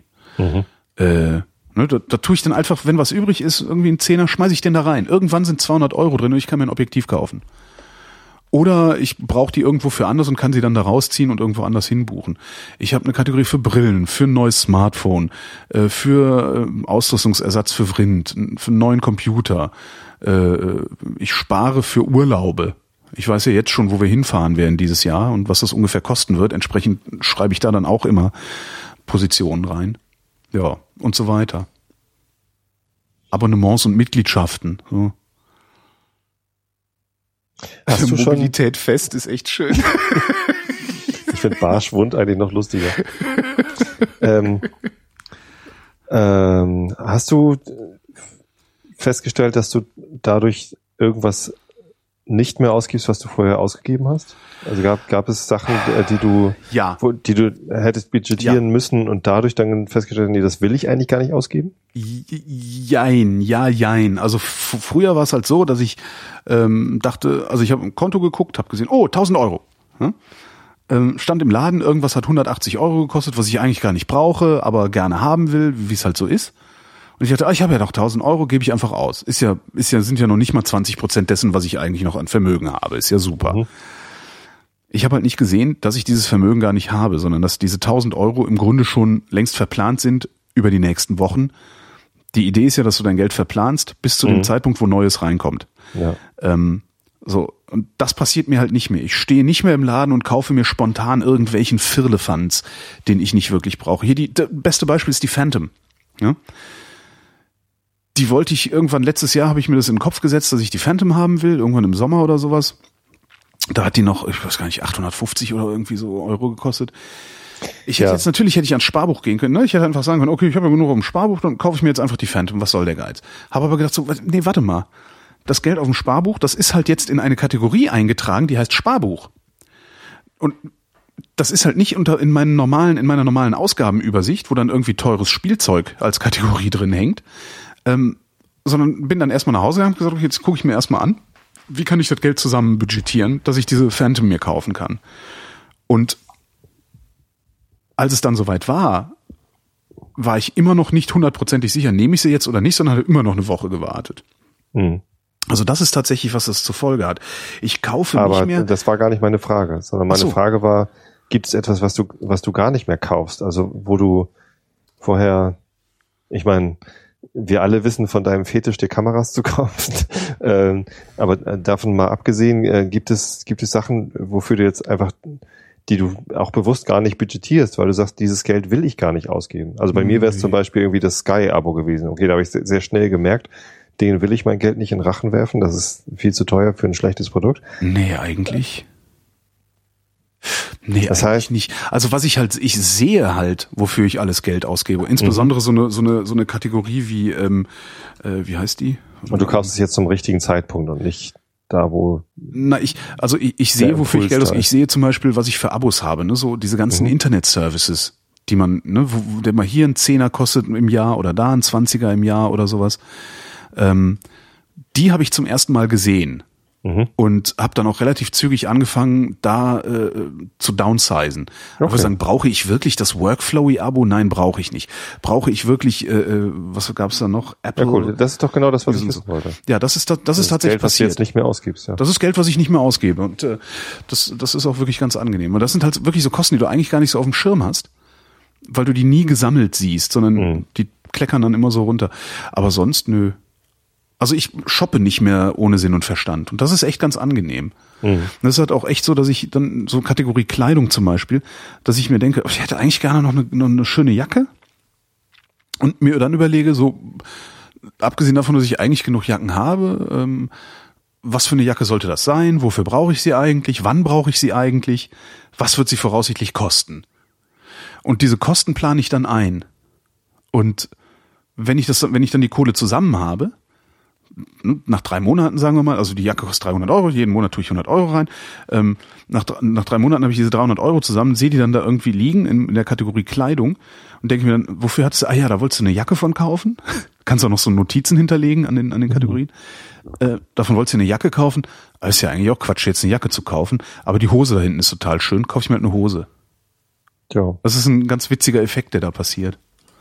Da tue ich dann einfach, wenn was übrig ist, irgendwie einen Zehner, schmeiße ich den da rein. Irgendwann sind 200 Euro drin und ich kann mir ein Objektiv kaufen. Oder ich brauche die irgendwo für anders und kann sie dann da rausziehen und irgendwo anders hinbuchen. Ich habe eine Kategorie für Brillen, für ein neues Smartphone, für Ausrüstungsersatz für Vrind, für einen neuen Computer. Ich spare für Urlaube. Ich weiß ja jetzt schon, wo wir hinfahren werden dieses Jahr und was das ungefähr kosten wird. Entsprechend schreibe ich da dann auch immer Positionen rein. Ja, und so weiter. Abonnements und Mitgliedschaften. So.
Hast du
Mobilität fest ist echt schön.
Ich finde Barschwund eigentlich noch lustiger. Hast du festgestellt, dass du dadurch irgendwas nicht mehr ausgibst, was du vorher ausgegeben hast? Also gab es Sachen, die du hättest budgetieren müssen und dadurch dann festgestellt, nee, das will ich eigentlich gar nicht ausgeben?
Jein. Also früher war es halt so, dass ich dachte, also ich habe ein Konto geguckt, habe gesehen, 1.000 Euro. Stand im Laden, irgendwas hat 180 Euro gekostet, was ich eigentlich gar nicht brauche, aber gerne haben will, wie es halt so ist. Und ich dachte, ich habe ja noch 1.000 Euro, gebe ich einfach aus. Sind ja noch nicht mal 20% dessen, was ich eigentlich noch an Vermögen habe. Ist ja super. Ich habe halt nicht gesehen, dass ich dieses Vermögen gar nicht habe, sondern dass diese 1.000 Euro im Grunde schon längst verplant sind über die nächsten Wochen. Die Idee ist ja, dass du dein Geld verplanst bis zu dem Zeitpunkt, wo Neues reinkommt.
Ja.
So, und das passiert mir halt nicht mehr. Ich stehe nicht mehr im Laden und kaufe mir spontan irgendwelchen Firlefanz, den ich nicht wirklich brauche. Hier das beste Beispiel ist die Phantom. Ja? Die wollte ich irgendwann, letztes Jahr habe ich mir das in den Kopf gesetzt, dass ich die Phantom haben will, irgendwann im Sommer oder sowas. Da hat die noch, ich weiß gar nicht, 850 oder irgendwie so Euro gekostet. Ich hätte jetzt natürlich hätte ich ans Sparbuch gehen können. Ne? Ich hätte einfach sagen können, okay, ich habe ja genug auf dem Sparbuch, dann kaufe ich mir jetzt einfach die Phantom. Was soll der Geiz? Habe aber gedacht so, nee, warte mal. Das Geld auf dem Sparbuch, das ist halt jetzt in eine Kategorie eingetragen, die heißt Sparbuch. Und das ist halt nicht in meiner normalen Ausgabenübersicht, wo dann irgendwie teures Spielzeug als Kategorie drin hängt, sondern bin dann erstmal nach Hause gegangen und gesagt, okay, jetzt gucke ich mir erstmal an, wie kann ich das Geld zusammen budgetieren, dass ich diese Phantom mir kaufen kann. Und als es dann soweit war ich immer noch nicht 100% sicher, nehme ich sie jetzt oder nicht, sondern habe immer noch eine Woche gewartet. Mhm. Also das ist tatsächlich, was das zur Folge hat. Ich kaufe nicht mehr.
Aber das war gar nicht meine Frage, sondern meine Frage war, gibt es etwas, was du gar nicht mehr kaufst? Also wo du vorher, ich meine, wir alle wissen von deinem Fetisch, dir Kameras zu kaufen. Aber davon mal abgesehen, gibt es Sachen, wofür du jetzt einfach, die du auch bewusst gar nicht budgetierst, weil du sagst, dieses Geld will ich gar nicht ausgeben. Also bei mir wäre es zum Beispiel irgendwie das Sky-Abo gewesen. Okay, da habe ich sehr schnell gemerkt, den will ich mein Geld nicht in den Rachen werfen. Das ist viel zu teuer für ein schlechtes Produkt.
Nee, eigentlich. Nee, das heißt nicht. Also was ich sehe halt, wofür ich alles Geld ausgebe. Insbesondere so eine Kategorie wie heißt die?
Und du kaufst es jetzt zum richtigen Zeitpunkt und nicht da, wo.
Na, ich sehe, wofür ich Geld ausgebe. Ich sehe zum Beispiel, was ich für Abos habe, ne, so diese ganzen Internet-Services, die man, ne, wo der mal hier ein 10er kostet im Jahr oder da ein 20er im Jahr oder sowas. Die habe ich zum ersten Mal gesehen und habe dann auch relativ zügig angefangen, da zu downsizen. Okay. Aber sagen, brauche ich wirklich das Workflowy-Abo? Nein, brauche ich nicht. Brauche ich wirklich, was gab's da noch? Apple?
Ja, cool. Das ist doch genau das, was ich wissen wollte.
Ja, das ist tatsächlich
Geld, was du jetzt nicht mehr ausgibst. Ja.
Das ist Geld, was ich nicht mehr ausgebe. Und das ist auch wirklich ganz angenehm. Und das sind halt wirklich so Kosten, die du eigentlich gar nicht so auf dem Schirm hast, weil du die nie gesammelt siehst, sondern die kleckern dann immer so runter. Aber sonst, nö. Also ich shoppe nicht mehr ohne Sinn und Verstand. Und das ist echt ganz angenehm. Das ist halt auch echt so, dass ich dann so Kategorie Kleidung zum Beispiel, dass ich mir denke, ich hätte eigentlich gerne noch eine schöne Jacke und mir dann überlege, so abgesehen davon, dass ich eigentlich genug Jacken habe, was für eine Jacke sollte das sein? Wofür brauche ich sie eigentlich? Wann brauche ich sie eigentlich? Was wird sie voraussichtlich kosten? Und diese Kosten plane ich dann ein. Und wenn ich dann die Kohle zusammen habe, nach 3 Monaten, sagen wir mal, also die Jacke kostet 300 Euro, jeden Monat tue ich 100 Euro rein, nach 3 Monaten habe ich diese 300 Euro zusammen, sehe die dann da irgendwie liegen in der Kategorie Kleidung und denke mir dann, wofür hattest du, da wolltest du eine Jacke von kaufen, kannst auch noch so Notizen hinterlegen an den Kategorien, davon wolltest du eine Jacke kaufen, ist ja eigentlich auch Quatsch, jetzt eine Jacke zu kaufen, aber die Hose da hinten ist total schön, kaufe ich mir halt eine Hose.
Ja.
Das ist ein ganz witziger Effekt, der da passiert.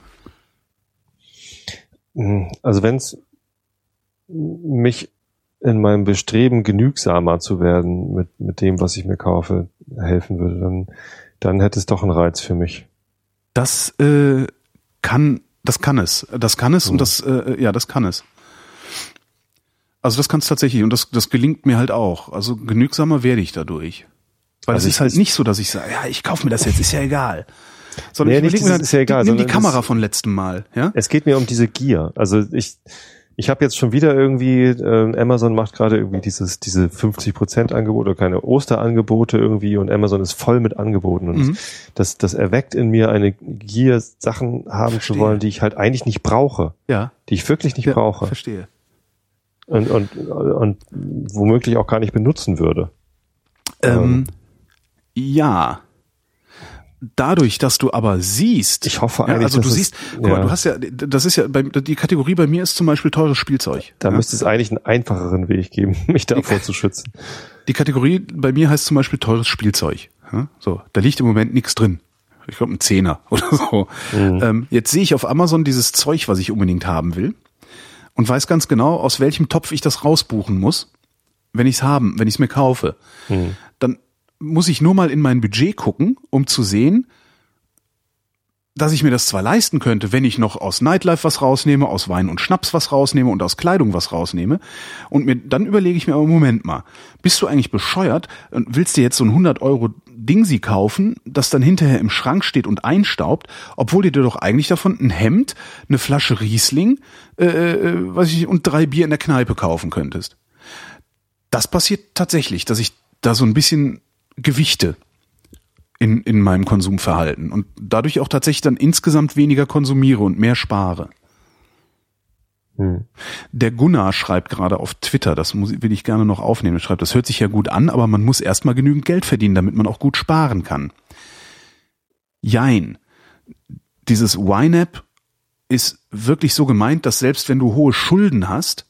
Also wenn's mich in meinem Bestreben, genügsamer zu werden mit dem, was ich mir kaufe, helfen würde, dann hätte es doch einen Reiz für mich.
Das kann es. Das kann es und das kann es. Also das kann es tatsächlich und das gelingt mir halt auch. Also genügsamer werde ich dadurch. Weil es ist halt nicht so, dass ich sage, ich kaufe mir das jetzt, ist ja egal. Sondern ich überlege mir
ist ja egal,
nimm die Kamera von letztem Mal. Ja?
Es geht mir um diese Gier. Also ich habe jetzt schon wieder irgendwie, Amazon macht gerade irgendwie diese 50% Angebote oder keine Osterangebote irgendwie und Amazon ist voll mit Angeboten und das erweckt in mir eine Gier, Sachen haben zu wollen, die ich halt eigentlich nicht brauche.
Ja.
Die ich wirklich nicht brauche.
Verstehe.
Und womöglich auch gar nicht benutzen würde.
Ja. Dadurch, dass du aber siehst,
ich hoffe eigentlich,
also du siehst, guck mal, du hast ja, das ist ja, die Kategorie bei mir ist zum Beispiel teures Spielzeug.
Da müsste es eigentlich einen einfacheren Weg geben, mich davor zu schützen.
Die Kategorie bei mir heißt zum Beispiel teures Spielzeug. So, da liegt im Moment nichts drin. Ich glaube ein 10er oder so. Jetzt sehe ich auf Amazon dieses Zeug, was ich unbedingt haben will und weiß ganz genau, aus welchem Topf ich das rausbuchen muss, wenn ich es mir kaufe. Dann muss ich nur mal in mein Budget gucken, um zu sehen, dass ich mir das zwar leisten könnte, wenn ich noch aus Nightlife was rausnehme, aus Wein und Schnaps was rausnehme und aus Kleidung was rausnehme. Und dann überlege ich mir aber, Moment mal, bist du eigentlich bescheuert und willst dir jetzt so ein 100 € Dingsi kaufen, das dann hinterher im Schrank steht und einstaubt, obwohl du dir doch eigentlich davon ein Hemd, eine Flasche Riesling, und 3 Bier in der Kneipe kaufen könntest. Das passiert tatsächlich, dass ich da so ein bisschen gewichte in meinem Konsumverhalten und dadurch auch tatsächlich dann insgesamt weniger konsumiere und mehr spare. Der Gunnar schreibt gerade auf Twitter, das will ich gerne noch aufnehmen, er schreibt, das hört sich ja gut an, aber man muss erstmal genügend Geld verdienen, damit man auch gut sparen kann. Jein. Dieses YNAB ist wirklich so gemeint, dass selbst wenn du hohe Schulden hast,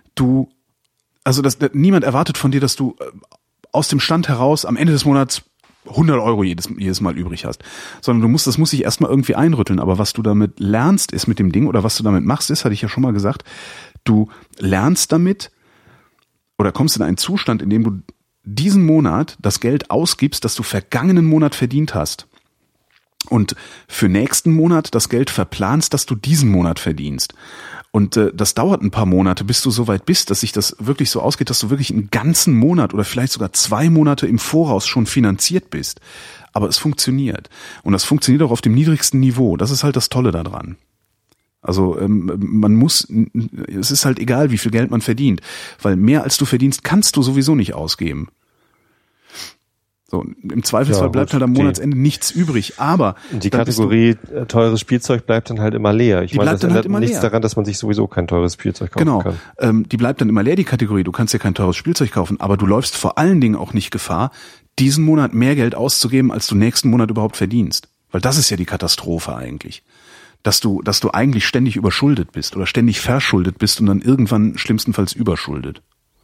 niemand erwartet von dir, dass du aus dem Stand heraus am Ende des Monats 100 € jedes Mal übrig hast, sondern das muss sich erstmal irgendwie einrütteln. Aber was du damit lernst, ist mit dem Ding, oder was du damit machst, ist, hatte ich ja schon mal gesagt, du lernst damit oder kommst in einen Zustand, in dem du diesen Monat das Geld ausgibst, das du vergangenen Monat verdient hast. Und für nächsten Monat das Geld verplanst, das du diesen Monat verdienst. Und das dauert ein paar Monate, bis du so weit bist, dass sich das wirklich so ausgeht, dass du wirklich einen ganzen Monat oder vielleicht sogar 2 Monate im Voraus schon finanziert bist. Aber es funktioniert. Und das funktioniert auch auf dem niedrigsten Niveau. Das ist halt das Tolle daran. Also es ist halt egal, wie viel Geld man verdient. Weil mehr als du verdienst, kannst du sowieso nicht ausgeben. So, im Zweifelsfall bleibt halt am Monatsende nichts übrig, aber
die Kategorie teures Spielzeug bleibt dann halt immer leer. Ich meine, das ändert nichts daran, dass man sich sowieso kein teures Spielzeug kaufen kann.
Genau, die bleibt dann immer leer, die Kategorie. Du kannst dir kein teures Spielzeug kaufen, aber du läufst vor allen Dingen auch nicht Gefahr, diesen Monat mehr Geld auszugeben, als du nächsten Monat überhaupt verdienst. Weil das ist ja die Katastrophe eigentlich. Dass du eigentlich ständig überschuldet bist oder ständig verschuldet bist und dann irgendwann schlimmstenfalls überschuldet.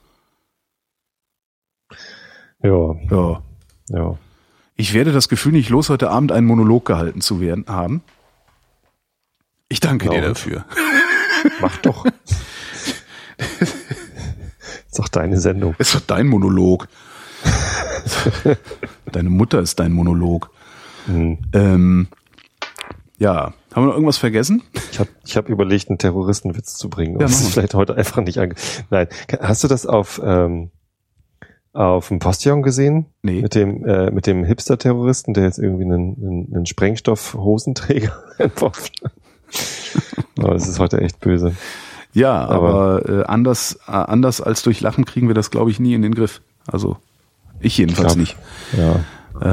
Ja. Ich werde das Gefühl nicht los, heute Abend einen Monolog gehalten zu haben. Ich danke dir dafür.
Mach doch. Ist doch deine Sendung.
Ist doch dein Monolog. Deine Mutter ist dein Monolog. Haben wir noch irgendwas vergessen?
Ich hab überlegt, einen Terroristenwitz zu bringen. Das ist vielleicht heute einfach nicht Nein. Hast du das auf dem Postillon gesehen?
Nee.
Mit dem Hipster-Terroristen, der jetzt irgendwie einen Sprengstoff-Hosenträger entworfen hat. Aber es ist heute echt böse.
Ja, aber anders als durch Lachen kriegen wir das, glaube ich, nie in den Griff. Also ich jedenfalls nicht.
Ja.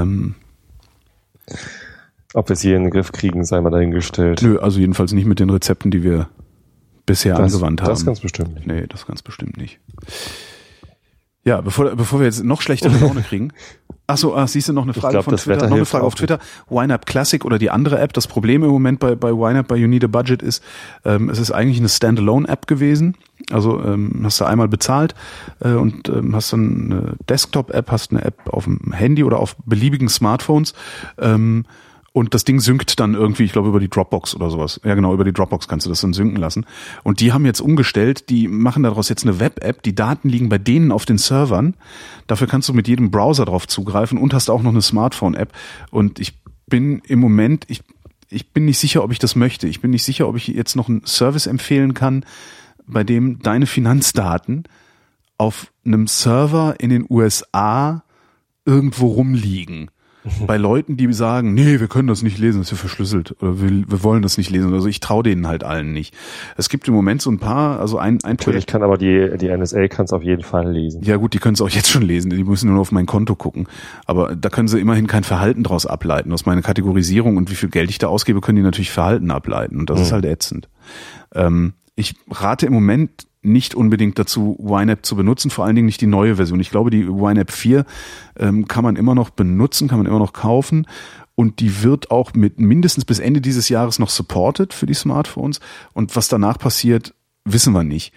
Ob wir es hier in den Griff kriegen, sei mal dahingestellt.
Nö, also jedenfalls nicht mit den Rezepten, die wir bisher angewandt haben.
Das ganz bestimmt nicht.
Nee, das ganz bestimmt nicht. Ja, bevor wir jetzt noch schlechtere Laune kriegen. Siehst du noch eine Frage von Twitter? Noch eine Frage auf Twitter. YNAB Classic oder die andere App. Das Problem im Moment bei YNAB, bei You Need a Budget ist, es ist eigentlich eine Standalone-App gewesen. Also hast du einmal bezahlt und hast dann eine Desktop-App, hast eine App auf dem Handy oder auf beliebigen Smartphones. Und das Ding synkt dann irgendwie, ich glaube, über die Dropbox oder sowas. Ja, genau, über die Dropbox kannst du das dann synken lassen. Und die haben jetzt umgestellt, die machen daraus jetzt eine Web-App. Die Daten liegen bei denen auf den Servern. Dafür kannst du mit jedem Browser drauf zugreifen und hast auch noch eine Smartphone-App. Und ich bin im Moment, ich bin nicht sicher, ob ich das möchte. Ich bin nicht sicher, ob ich jetzt noch einen Service empfehlen kann, bei dem deine Finanzdaten auf einem Server in den USA irgendwo rumliegen. Bei Leuten, die sagen, nee, wir können das nicht lesen, das ist ja verschlüsselt, oder wir wollen das nicht lesen, also ich traue denen halt allen nicht. Es gibt im Moment so ein paar, also ein
Natürlich
Projekt.
kann aber die NSA kann es auf jeden Fall lesen.
Ja gut, die können es auch jetzt schon lesen, die müssen nur auf mein Konto gucken. Aber da können sie immerhin kein Verhalten draus ableiten. Aus meiner Kategorisierung und wie viel Geld ich da ausgebe, können die natürlich Verhalten ableiten. Und das ist halt ätzend. Ich rate im Moment nicht unbedingt dazu, YNAB zu benutzen, vor allen Dingen nicht die neue Version. Ich glaube, die YNAB 4 kann man immer noch benutzen, kann man immer noch kaufen und die wird auch mit mindestens bis Ende dieses Jahres noch supported für die Smartphones und was danach passiert, wissen wir nicht.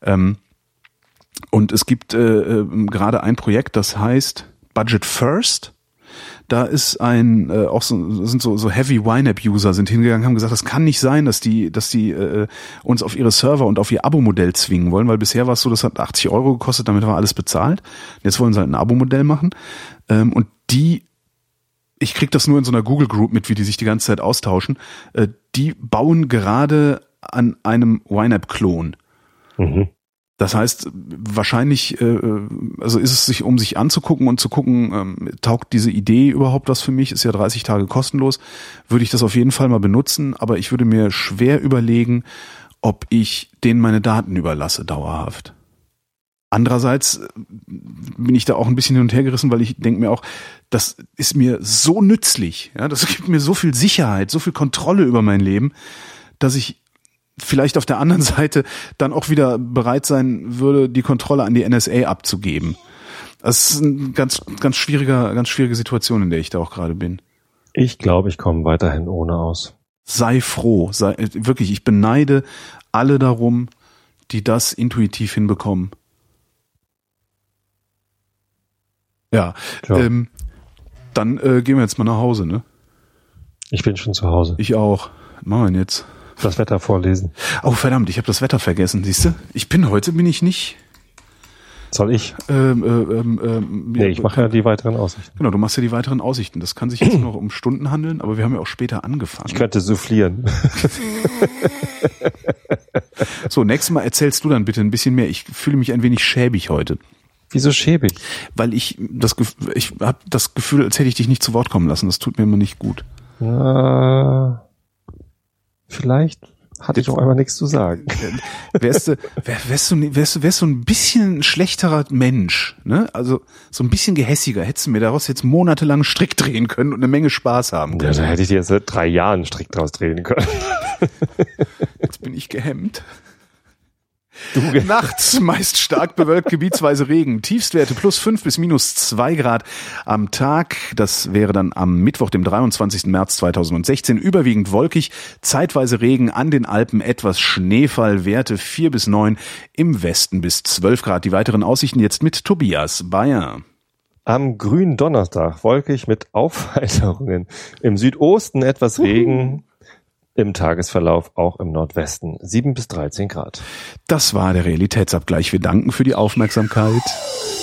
Und es gibt gerade ein Projekt, das heißt Budget First. Da ist so Heavy YNAB-User sind hingegangen, haben gesagt, das kann nicht sein, dass die uns auf ihre Server und auf ihr Abo-Modell zwingen wollen, weil bisher war es so, das hat 80 € gekostet, damit war alles bezahlt. Jetzt wollen sie halt ein Abo-Modell machen. Und ich krieg das nur in so einer Google Group mit, wie die sich die ganze Zeit austauschen. Die bauen gerade an einem YNAB-Klon. Mhm. Das heißt, wahrscheinlich, also ist es sich, um sich anzugucken und zu gucken, taugt diese Idee überhaupt was für mich, ist ja 30 Tage kostenlos, würde ich das auf jeden Fall mal benutzen, aber ich würde mir schwer überlegen, ob ich denen meine Daten überlasse, dauerhaft. Andererseits bin ich da auch ein bisschen hin und her gerissen, weil ich denke mir auch, das ist mir so nützlich, ja, das gibt mir so viel Sicherheit, so viel Kontrolle über mein Leben, dass ich vielleicht auf der anderen Seite dann auch wieder bereit sein würde, die Kontrolle an die NSA abzugeben. Das ist eine ganz schwierige Situation, in der ich da auch gerade bin.
Ich glaube, ich komme weiterhin ohne aus.
Sei froh, wirklich, ich beneide alle darum, die das intuitiv hinbekommen. Ja, dann gehen wir jetzt mal nach Hause, ne?
Ich bin schon zu Hause.
Ich auch. Was machen wir denn jetzt?
Das Wetter vorlesen.
Oh, verdammt, ich habe das Wetter vergessen, siehst du? Heute bin ich nicht.
Soll ich? Nee, ich mache ja die weiteren Aussichten.
Genau, du machst ja die weiteren Aussichten. Das kann sich jetzt noch um Stunden handeln, aber wir haben ja auch später angefangen.
Ich könnte soufflieren.
So, nächstes Mal erzählst du dann bitte ein bisschen mehr. Ich fühle mich ein wenig schäbig heute.
Wieso schäbig?
Weil ich habe das Gefühl, als hätte ich dich nicht zu Wort kommen lassen. Das tut mir immer nicht gut.
Vielleicht hatte ich auch einmal nichts zu sagen.
Wärst du ein bisschen ein schlechterer Mensch, ne? Also so ein bisschen gehässiger, hättest du mir daraus jetzt monatelang einen Strick drehen können und eine Menge Spaß haben können.
Ja, da hätte ich dir jetzt seit 3 Jahren einen Strick draus drehen können.
Jetzt bin ich gehemmt. Nachts meist stark bewölkt, gebietsweise Regen. Tiefstwerte +5 bis -2 Grad am Tag. Das wäre dann am Mittwoch, dem 23. März 2016. Überwiegend wolkig, zeitweise Regen, an den Alpen etwas Schneefall. Werte 4 bis 9, im Westen bis 12 Grad. Die weiteren Aussichten jetzt mit Tobias Bayer.
Am grünen Donnerstag wolkig mit Aufheiterungen. Im Südosten etwas Regen. Im Tagesverlauf auch im Nordwesten 7 bis 13 Grad.
Das war der Realitätsabgleich. Wir danken für die Aufmerksamkeit.